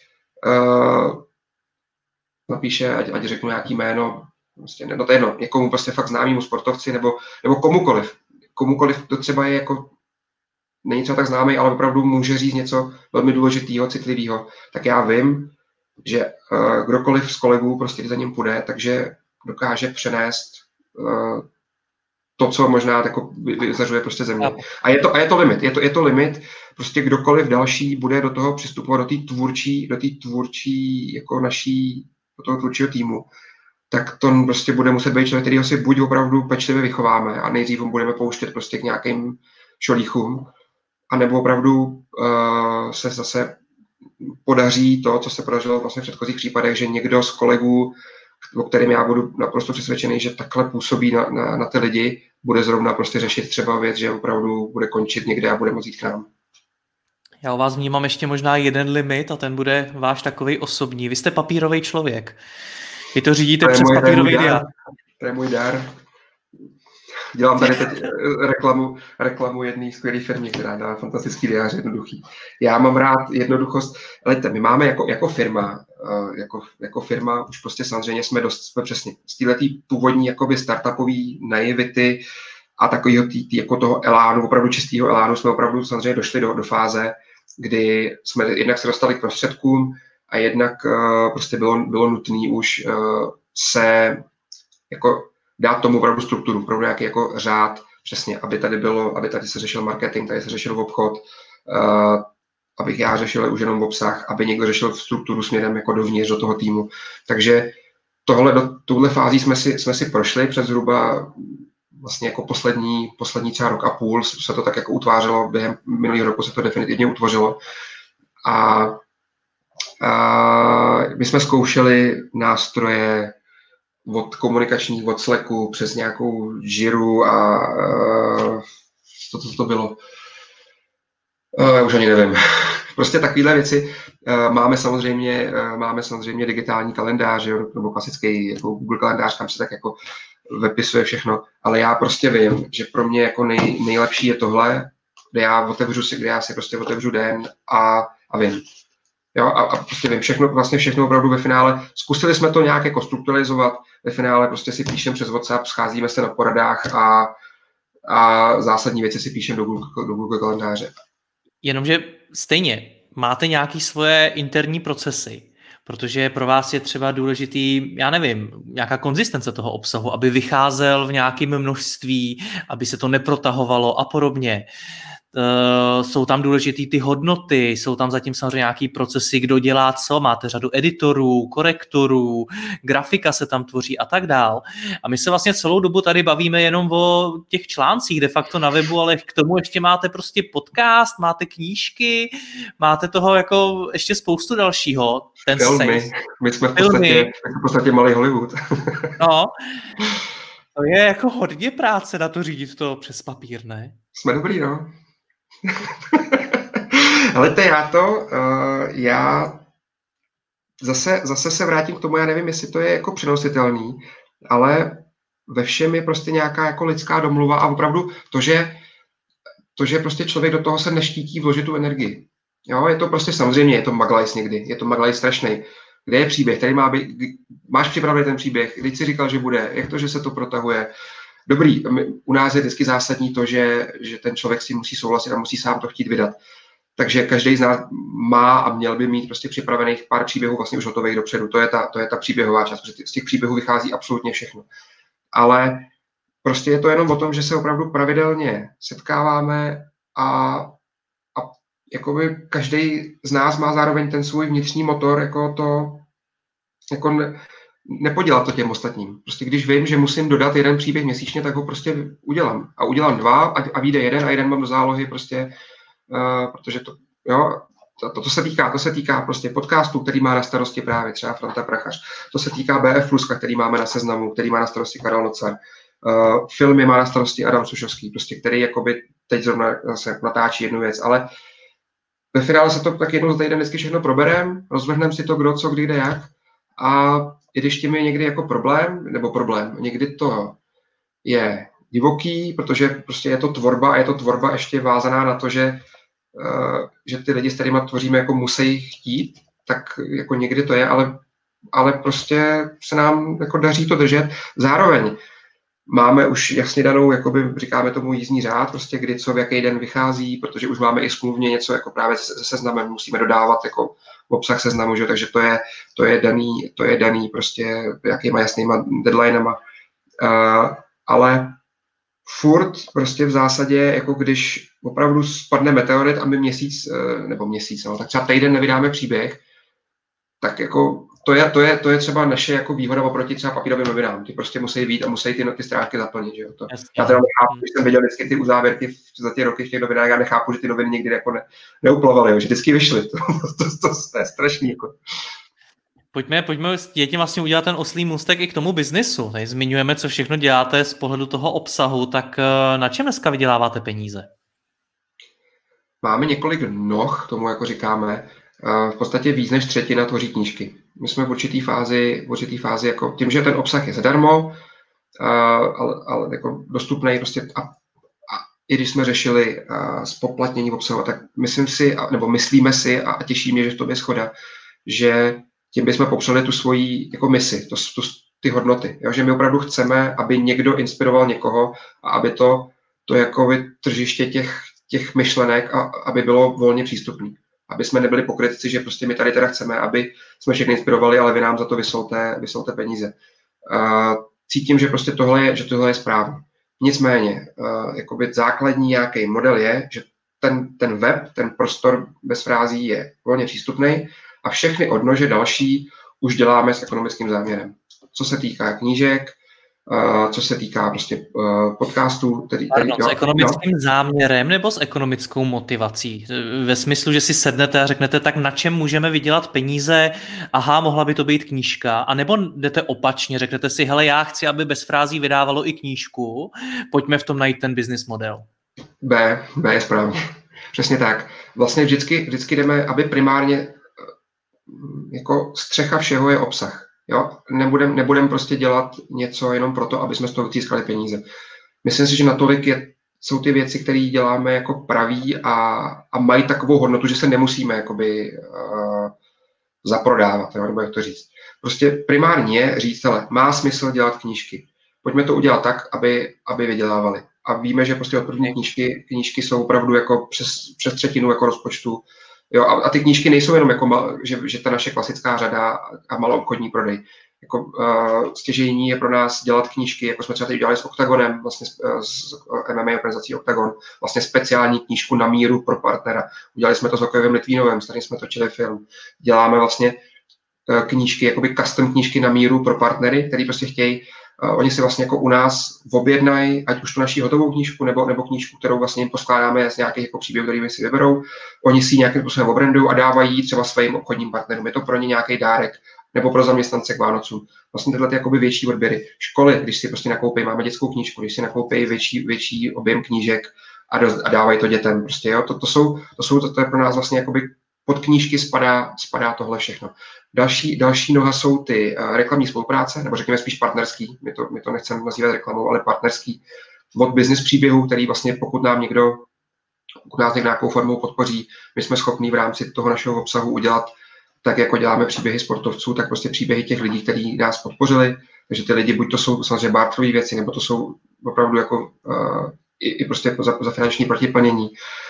napíše, ať řeknu nějaký jméno, prostě, no to je jedno, někomu prostě fakt známému sportovci nebo komukoliv, to třeba je jako není třeba tak známý, ale opravdu může říct něco velmi důležitého, citlivého, tak já vím, že kdokoliv z kolegů prostě za ním půjde, takže dokáže přenést to, co možná jako vyzařuje prostě země. A je to limit. Je to limit, prostě kdokoliv další bude do toho přistupovat, do té tvůrčí jako do toho tvůrčího týmu, tak to prostě bude muset být člověk, kterýho si buď opravdu pečlivě vychováme a nejdřív budeme pouštět prostě k nějakým šolíchům, anebo opravdu se zase podaří to, co se podařilo vlastně v předchozích případech, že někdo z kolegů, o kterým já budu naprosto přesvědčený, že takhle působí na ty lidi, bude zrovna prostě řešit třeba věc, že opravdu bude končit někde a bude moct jít k nám. Já u vás vnímám ještě možná jeden limit a ten bude váš takový osobní. Vy jste papírový člověk. Vy to řídíte přes papírový diár. To je můj dar. Dělám tady teď reklamu jedné skvělé firmy, která dá fantastický diář, jednoduchý. Já mám rád jednoduchost. Lejte, my máme jako firma, už prostě samozřejmě jsme přesně z téhletý původní jakoby startupový naivity a takového jako toho elánu, opravdu čistého elánu, jsme opravdu samozřejmě došli do fáze, kdy jsme jednak se dostali k prostředkům a jednak prostě bylo nutné už se jako dát tomu opravdu strukturu, opravdu nějaký jako řád, přesně, aby tady se řešil marketing, tady se řešil obchod, abych já řešil už jenom obsah, aby někdo řešil strukturu směrem jako dovnitř do toho týmu. Takže tuhle fází jsme si prošli před zhruba vlastně jako poslední třeba rok a půl se to tak jako utvářelo, během minulého roku se to definitivně utvořilo. A my jsme zkoušeli nástroje od komunikačních, od Slacku, přes nějakou Jiru a to bylo. Už ani nevím. Prostě takovéhle věci. Máme samozřejmě digitální kalendář, nebo klasický jako Google kalendář, tam se tak jako vypisuje všechno, ale já prostě vím, že pro mě jako nejlepší je tohle, kde já si prostě otevřu den a vím. Jo, a prostě vím, všechno opravdu ve finále. Zkusili jsme to nějak jako strukturalizovat, ve finále prostě si píšem přes WhatsApp, scházíme se na poradách a zásadní věci si píšem do Google kalendáře. Jenomže stejně máte nějaké svoje interní procesy, protože pro vás je třeba důležitý, já nevím, nějaká konzistence toho obsahu, aby vycházel v nějakém množství, aby se to neprotahovalo a podobně. Jsou tam důležitý ty hodnoty, jsou tam zatím samozřejmě nějaký procesy, kdo dělá co, máte řadu editorů, korektorů, grafika se tam tvoří a tak dál. A my se vlastně celou dobu tady bavíme jenom o těch článcích de facto na webu, ale k tomu ještě máte prostě podcast, máte knížky, máte toho jako ještě spoustu dalšího. Filmy. My jsme v podstatě malý Hollywood. No, to je jako hodně práce na to řídit to přes papír, ne? Jsme dobrý, no. Ale já zase se vrátím k tomu, já nevím, jestli to je jako přenositelný, ale ve všem je prostě nějaká jako lidská domluva a opravdu to, že prostě člověk do toho se neštítí vložit tu energii. Jo, je to prostě samozřejmě, je to maglajs někdy, je to maglajs strašnej. Kde je příběh, který má být, máš připravený ten příběh, když si říkal, že bude, jak to, že se to protahuje. Dobrý, u nás je vždycky zásadní to, že ten člověk si musí souhlasit a musí sám to chtít vydat. Takže každý z nás má a měl by mít prostě připravených pár příběhů vlastně už hotových dopředu. To je ta příběhová část, protože z těch příběhů vychází absolutně všechno. Ale prostě je to jenom o tom, že se opravdu pravidelně setkáváme a jakoby každý z nás má zároveň ten svůj vnitřní motor, nepodělat to těm ostatním. Prostě když vím, že musím dodat jeden příběh měsíčně, tak ho prostě udělám. A udělám 2 a vyjde jeden a jeden mám do zálohy prostě, protože to se týká prostě podcastu, který má na starosti právě třeba Franta Prachař. To se týká BF Pluska, který máme na Seznamu, který má na starosti Karel Nocar. Filmy má na starosti Adam Sušovský, prostě, který jakoby teď zrovna zase natáčí jednu věc, ale ve finále se to tak jednou za týden vždycky všechno proberem, rozvrhneme si to, kdo, co, kdy, kde, jak. A i když tím je někdy jako problém, někdy to je divoký, protože prostě je to tvorba a je to tvorba ještě vázaná na to, že ty lidi, s kterými tvoříme, jako musí chtít, tak jako někdy to je, ale prostě se nám jako daří to držet. Zároveň máme už jasně danou, jakoby říkáme tomu jízdní řád, prostě kdy co v jaký den vychází, protože už máme i smluvně něco jako právě se seznamem, musíme dodávat jako obsah seznamu, že? Takže to je daný prostě jakýma jasnýma deadlinema. Ale furt prostě v zásadě, jako když opravdu spadne meteorit a my měsíc, tak třeba týden nevydáme příběh, tak jako to je třeba naše jako výhoda oproti třeba papírovým novinám. Ty prostě musí být a musí ty stránky zaplnit. Že jo? Já teda nechápu, když jsem viděl vždycky ty uzávěrky za ty roky v těch novinách, já nechápu, že ty noviny někdy jako neuplavaly, jo? Že vždycky vyšly. To je strašný. Jako. Pojďme tím vlastně udělat ten oslý můstek i k tomu biznisu. Tady zmiňujeme, co všechno děláte z pohledu toho obsahu, tak na čem dneska vyděláváte peníze? Máme několik noh, tomu jako říkáme. V podstatě víc než třetina tvoří knížky. My jsme v určitý fázi jako tím, že ten obsah je zadarmo, ale jako dostupný prostě a i když jsme řešili zpoplatnění obsahu, tak myslíme si a těší mě, že v tom je shoda, že tím bychom popřeli tu svoji jako misi, ty hodnoty. Jo? Že my opravdu chceme, aby někdo inspiroval někoho a aby to jako tržiště těch myšlenek aby bylo volně přístupné. Aby jsme nebyli pokrytci, že prostě my tady teda chceme, aby jsme všechny inspirovali, ale vy nám za to vysolte peníze. Cítím, že prostě tohle je správně. Nicméně, jakoby základní nějaký model je, že ten web, ten prostor bez frází je volně přístupný a všechny odnože další už děláme s ekonomickým záměrem. Co se týká knížek, co se týká prostě podcastů. S ekonomickým záměrem nebo s ekonomickou motivací? Ve smyslu, že si sednete a řeknete, tak na čem můžeme vydělat peníze? Aha, mohla by to být knížka. A nebo jdete opačně, řeknete si, hele, já chci, aby bez frází vydávalo i knížku, pojďme v tom najít ten business model. B je správně. Přesně tak. Vlastně vždycky jdeme, aby primárně jako střecha všeho je obsah. Jo? Nebudem prostě dělat něco jenom proto, aby jsme z toho získali peníze. Myslím si, že natolik jsou ty věci, které děláme jako praví a mají takovou hodnotu, že se nemusíme jakoby zaprodávat, nebo jak to říct. Prostě primárně je říct, hele, má smysl dělat knížky. Pojďme to udělat tak, aby vydělávali. A víme, že prostě od první knížky jsou opravdu jako přes třetinu jako rozpočtu. Jo, a ty knížky nejsou jenom jako že ta naše klasická řada a maloobchodní prodej. Jako stěžejní je pro nás dělat knížky, jako jsme třeba teď udělali s Octagonem, vlastně s MMA organizací Octagon, vlastně speciální knížku na míru pro partnera. Udělali jsme to s Hokejovým Litvínovem, s kterým jsme točili film. Děláme vlastně knížky, jakoby custom knížky na míru pro partnery, který prostě chtějí. Oni si vlastně jako u nás objednají, ať už tu naši hotovou knížku, nebo knížku, kterou vlastně jim poskládáme z nějakých jako příběhů, který si vyberou. Oni si nějakým způsobem obrandují a dávají třeba svým obchodním partnerům. Je to pro ně nějaký dárek, nebo pro zaměstnance k Vánocům. Vlastně tyhle jakoby větší odběry. Školy, když si prostě nakoupí, máme dětskou knížku, když si nakoupí větší objem knížek a dávají to dětem. Prostě, jo? To je pro nás vlastně jakoby pod knížky spadá tohle všechno. Další noha jsou ty reklamní spolupráce, nebo řekněme spíš partnerský, my to nechceme nazývat reklamou, ale partnerský od business příběhu, který vlastně pokud nás někdo nějakou formou podpoří, my jsme schopní v rámci toho našeho obsahu udělat tak, jako děláme příběhy sportovců, tak prostě příběhy těch lidí, kteří nás podpořili. Takže ty lidi, buď to jsou samozřejmě barterové věci, nebo to jsou opravdu jako i prostě jako za finanční protiplnění.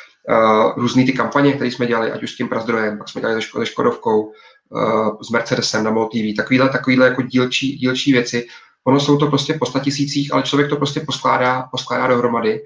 Různý ty kampaně, které jsme dělali, ať už s tím Prazdrojem, pak jsme dělali se Škodovkou, s Mercedesem na MOL TV, takovýhle jako dílčí věci. Ono jsou to prostě po 100 000, ale člověk to prostě poskládá dohromady.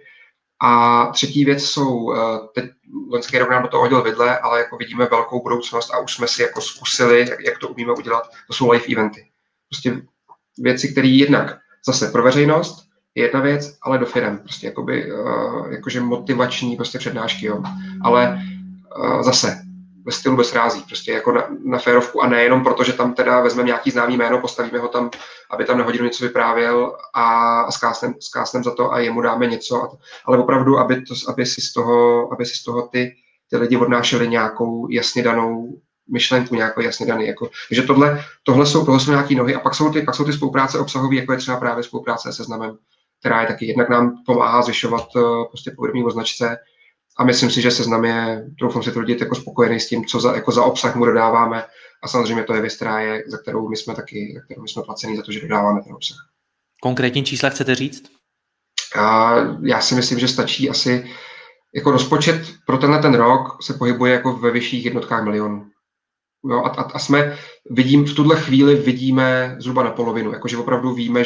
A třetí věc jsou, teď loňský rok nám do toho hodil vidle, ale jako vidíme velkou budoucnost a už jsme si jako zkusili, jak to umíme udělat, to jsou live eventy. Prostě věci, které jednak zase pro veřejnost je jedna věc, ale do firem, prostě jakože motivační prostě přednášky, jo. Ale zase ve stylu bez frází, prostě jako na férovku a nejenom proto, že tam teda vezmeme nějaký známý jméno, postavíme ho tam, aby tam na hodinu něco vyprávěl a zkásnem za to a jemu dáme něco, ale opravdu, aby si z toho ty lidi odnášeli nějakou jasně danou myšlenku, nějakou jasně daný. Jako, takže tohle jsou nějaké nohy a pak jsou ty spolupráce obsahové, jako je třeba právě spolupráce se Seznamem, která je taky jednak nám pomáhá zvyšovat prostě povědomí o značce. A myslím si, že Seznam je, doufám si tvrdit, jako spokojený s tím, co za obsah mu dodáváme. A samozřejmě to je věc, za kterou my jsme placení za to, že dodáváme ten obsah. Konkrétní čísla chcete říct? Já si myslím, že stačí asi, jako rozpočet pro ten rok se pohybuje jako ve vyšších jednotkách milionů. Jo, a v tuhle chvíli vidíme zhruba na polovinu, jakože opravdu víme,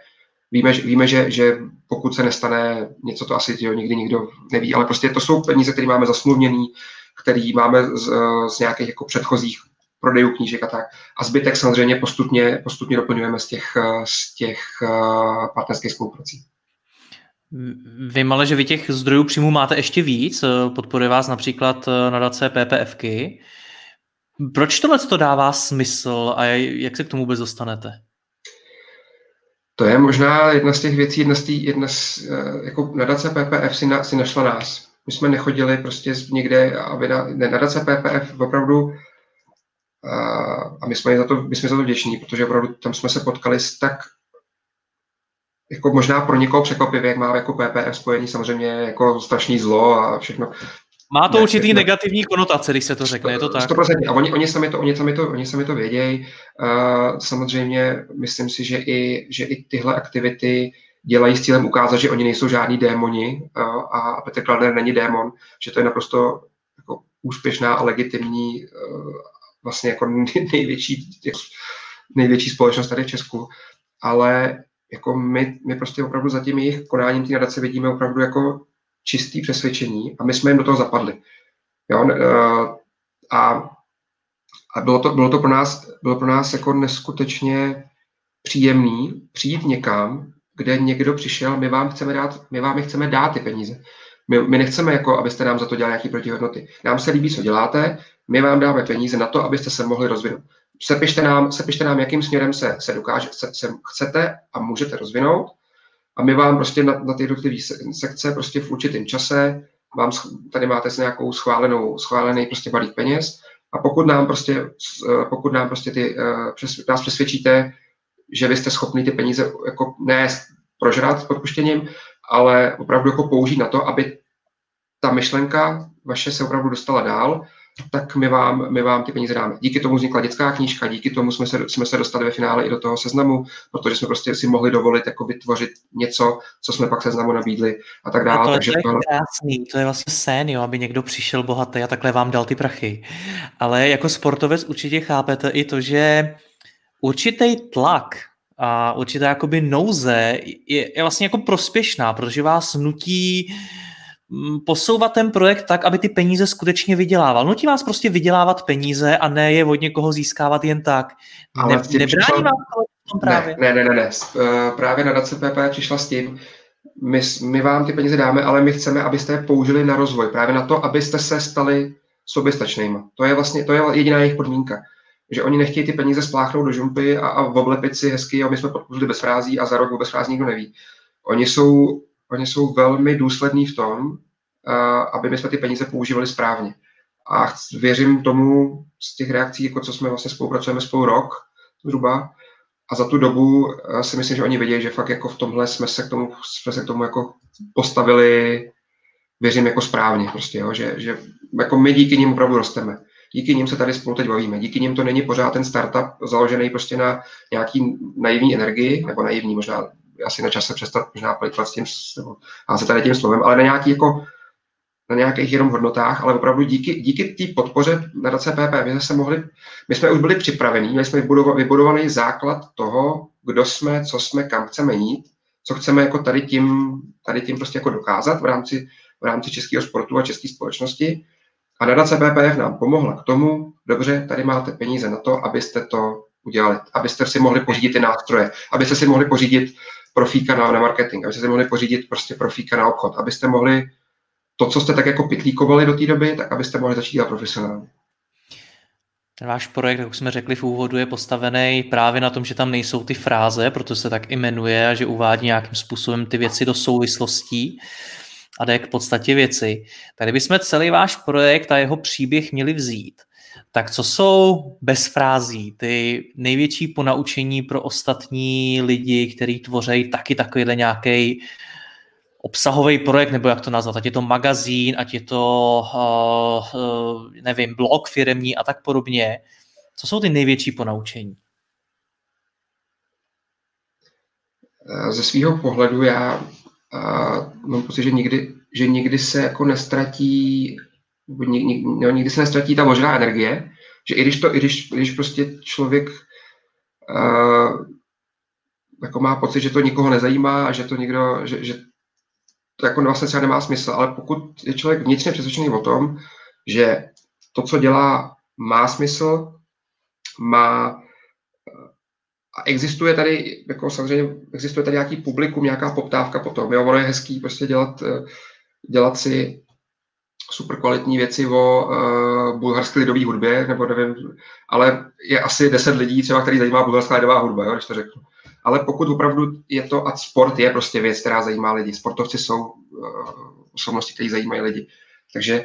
že pokud se nestane něco, to asi nikdy nikdo neví, ale prostě to jsou peníze, které máme zasmluvněný, které máme z nějakých jako předchozích prodejů knížek a tak. A zbytek samozřejmě postupně doplňujeme z těch partnerských spoluprací. Vím ale, že vy těch zdrojů příjmů máte ještě víc. Podporuje vás například nadace PPFky. Proč tohle to dává smysl a jak se k tomu vůbec dostanete? To je možná jedna z těch věcí, jako nadace PPF si našla nás. My jsme nechodili prostě někde, aby nadace PPF opravdu, a my jsme za to vděční, protože opravdu tam jsme se potkali s tak, jako možná pro někoho překvapivě, jak má jako PPF spojení samozřejmě jako strašný zlo a všechno. Má to určitý negativní konotace, když se to řekne, je to tak? 100%. A oni sami to vědějí. Samozřejmě myslím si, že i tyhle aktivity dělají s cílem ukázat, že oni nejsou žádní démoni a Petr Kladner není démon, že to je naprosto jako úspěšná a legitimní vlastně jako největší společnost tady v Česku. Ale jako my prostě opravdu za tím jejich konáním té nadace vidíme opravdu jako čistý přesvědčení a my jsme jim do toho zapadli. Jo? A bylo pro nás jako neskutečně příjemný přijít někam, kde někdo přišel, my vám chceme dát ty peníze. My nechceme, jako, abyste nám za to dělali nějaké protihodnoty. Nám se líbí, co děláte, my vám dáme peníze na to, abyste se mohli rozvinout. Sepište nám, jakým směrem se chcete a můžete rozvinout. A my vám prostě na ty jednotlivé sekce prostě v určitém čase tady máte nějakou schválený prostě balík peněz a pokud nám prostě nás přesvědčíte, že vy jste schopni ty peníze jako ne prožrat s odpuštěním, ale opravdu jako použít na to, aby ta myšlenka vaše se opravdu dostala dál, tak my vám ty peníze dáme. Díky tomu vznikla dětská knížka, díky tomu jsme se dostali ve finále i do toho Seznamu, protože jsme prostě si mohli dovolit jako vytvořit něco, co jsme pak Seznamu nabídli a tak dále. Takže to je krásný, to je vlastně sen, jo, aby někdo přišel bohatý a takhle vám dal ty prachy. Ale jako sportovec určitě chápete i to, že určitý tlak a určitá jakoby nouze je vlastně jako prospěšná, protože vás nutí posouvat ten projekt tak, aby ty peníze skutečně vydělával. Nutí vás prostě vydělávat peníze a ne je od někoho získávat jen tak. Nebrání vám to v tom právě? Ne. Právě nadace PP přišla s tím, my vám ty peníze dáme, ale my chceme, abyste je použili na rozvoj. Právě na to, abyste se stali soběstačnýma. To je jediná jejich podmínka. Že oni nechtějí ty peníze spláchnout do žumpy a oblepit si hezky, my jsme podpořili bez frází a za rok o bez frází nikdo neví. Oni jsou velmi důslední v tom, aby my jsme ty peníze používali správně. A věřím tomu z těch reakcí, jako co jsme vlastně spolupracujeme spolu rok zhruba. A za tu dobu si myslím, že oni vědějí, že fakt jako v tomhle jsme se k tomu jako postavili, věřím, jako správně prostě, jo? Že jako my díky nim opravdu rosteme. Díky nim se tady spolu teď bavíme. Díky nim to není pořád ten startup založený prostě na nějaký naivní energii, nebo naivní možná, asi na čase přestat možná plýtvat s tím, a se tady tím slovem, ale na nějakých jenom hodnotách, ale opravdu díky té podpoře nadace PP my jsme už byli připravení, měli jsme vybudovaný základ toho, kdo jsme, co jsme, kam chceme jít, co chceme jako tady tím prostě jako dokázat v rámci českého sportu a české společnosti. A nadace PPF nám pomohla k tomu, dobře, tady máte peníze na to, abyste to udělali, abyste si mohli pořídit ty nástroje, abyste si mohli pořídit profíka na marketing, abyste si mohli pořídit prostě profíka na obchod, abyste mohli to, co jste tak jako pitlíkovali do té doby, tak abyste mohli začít dělat profesionálně. Ten váš projekt, jak jsme řekli v úvodu, je postavený právě na tom, že tam nejsou ty fráze, proto se tak jmenuje a že uvádí nějakým způsobem ty věci do souvislostí a jde k podstatě věci. Tady bychom celý váš projekt a jeho příběh měli vzít Tak co jsou bez frází ty největší ponaučení pro ostatní lidi, kteří tvoří taky takovýhle nějaký obsahový projekt, nebo jak to nazvat, ať je to magazín, ať je to, nevím, blog firemní a tak podobně. Co jsou ty největší ponaučení? Ze svého pohledu já mám pocit, že nikdy se jako nestratí, nikdy se nestratí ta vložená energie, že i když prostě člověk jako má pocit, že to nikoho nezajímá a že to někdo, že to jako vlastně třeba nemá smysl, ale pokud je člověk vnitřně přesvědčený o tom, že to, co dělá, má smysl, a existuje tady, jako samozřejmě, existuje tady nějaký publikum, nějaká poptávka potom. Jo, ono je hezký prostě dělat si super kvalitní věci o bulharské lidové hudbě, nebo nevím, ale je asi 10 lidí třeba, který zajímá bulharská lidová hudba, jo, když to řeknu. Ale pokud opravdu je to, a sport je prostě věc, která zajímá lidi. Sportovci jsou osobnosti, které zajímají lidi. Takže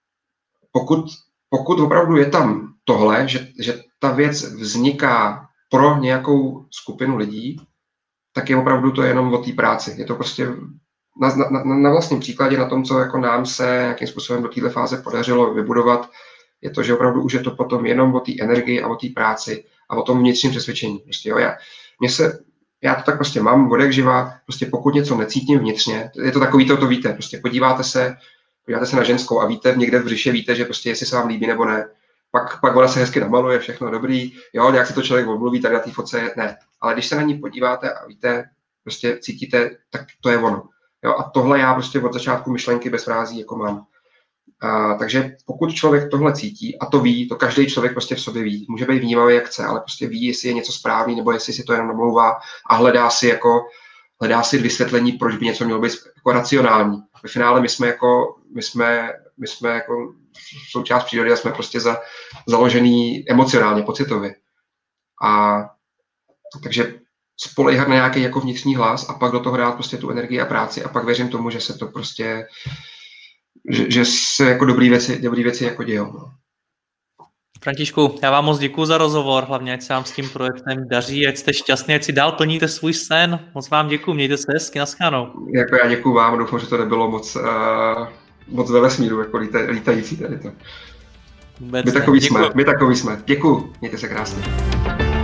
pokud opravdu je tam tohle, že ta věc vzniká pro nějakou skupinu lidí, tak je opravdu to jenom o té práci. Je to prostě na vlastním příkladě, na tom, co jako nám se nějakým způsobem do téhle fáze podařilo vybudovat, je to, že opravdu už je to potom jenom o té energii a o té práci a o tom vnitřním přesvědčení. Prostě, jo, já to tak prostě mám odek živa, prostě pokud něco necítím vnitřně, je to takový, to víte, prostě podíváte se na ženskou a víte, někde v břiše víte, že prostě jestli se vám líbí nebo ne. Pak ona se hezky namaluje, všechno dobrý, jo, nějak si to člověk omluví, tady na té fotce ne. Ale když se na ní podíváte a víte, prostě cítíte, tak to je ono. Jo, a tohle já prostě od začátku myšlenky bez frází jako mám. Takže pokud člověk tohle cítí, a to ví, to každý člověk prostě v sobě ví, může být vnímavý jak chce, ale prostě ví, jestli je něco správný, nebo jestli si to jenom namlouvá a hledá si vysvětlení, proč by něco mělo být jako racionální. Ve finále my jsme jako součást přírody a jsme prostě založený emocionálně, pocitově. A takže spoléhat na nějaký jako vnitřní hlas a pak do toho dát prostě tu energii a práci a pak věřím tomu, že se to prostě, že se jako dobrý věci jako dějou. No. Františku, já vám moc děkuju za rozhovor, hlavně ať se vám s tím projektem daří, ať jste šťastní, ať si dál plníte svůj sen. Moc vám děkuju, mějte se hezky, naschledanou. Jako já děkuju vám, doufám, že to nebylo moc ve vesmíru, jako lítající tady to. My takový jsme. Děkuju, mějte se krásně.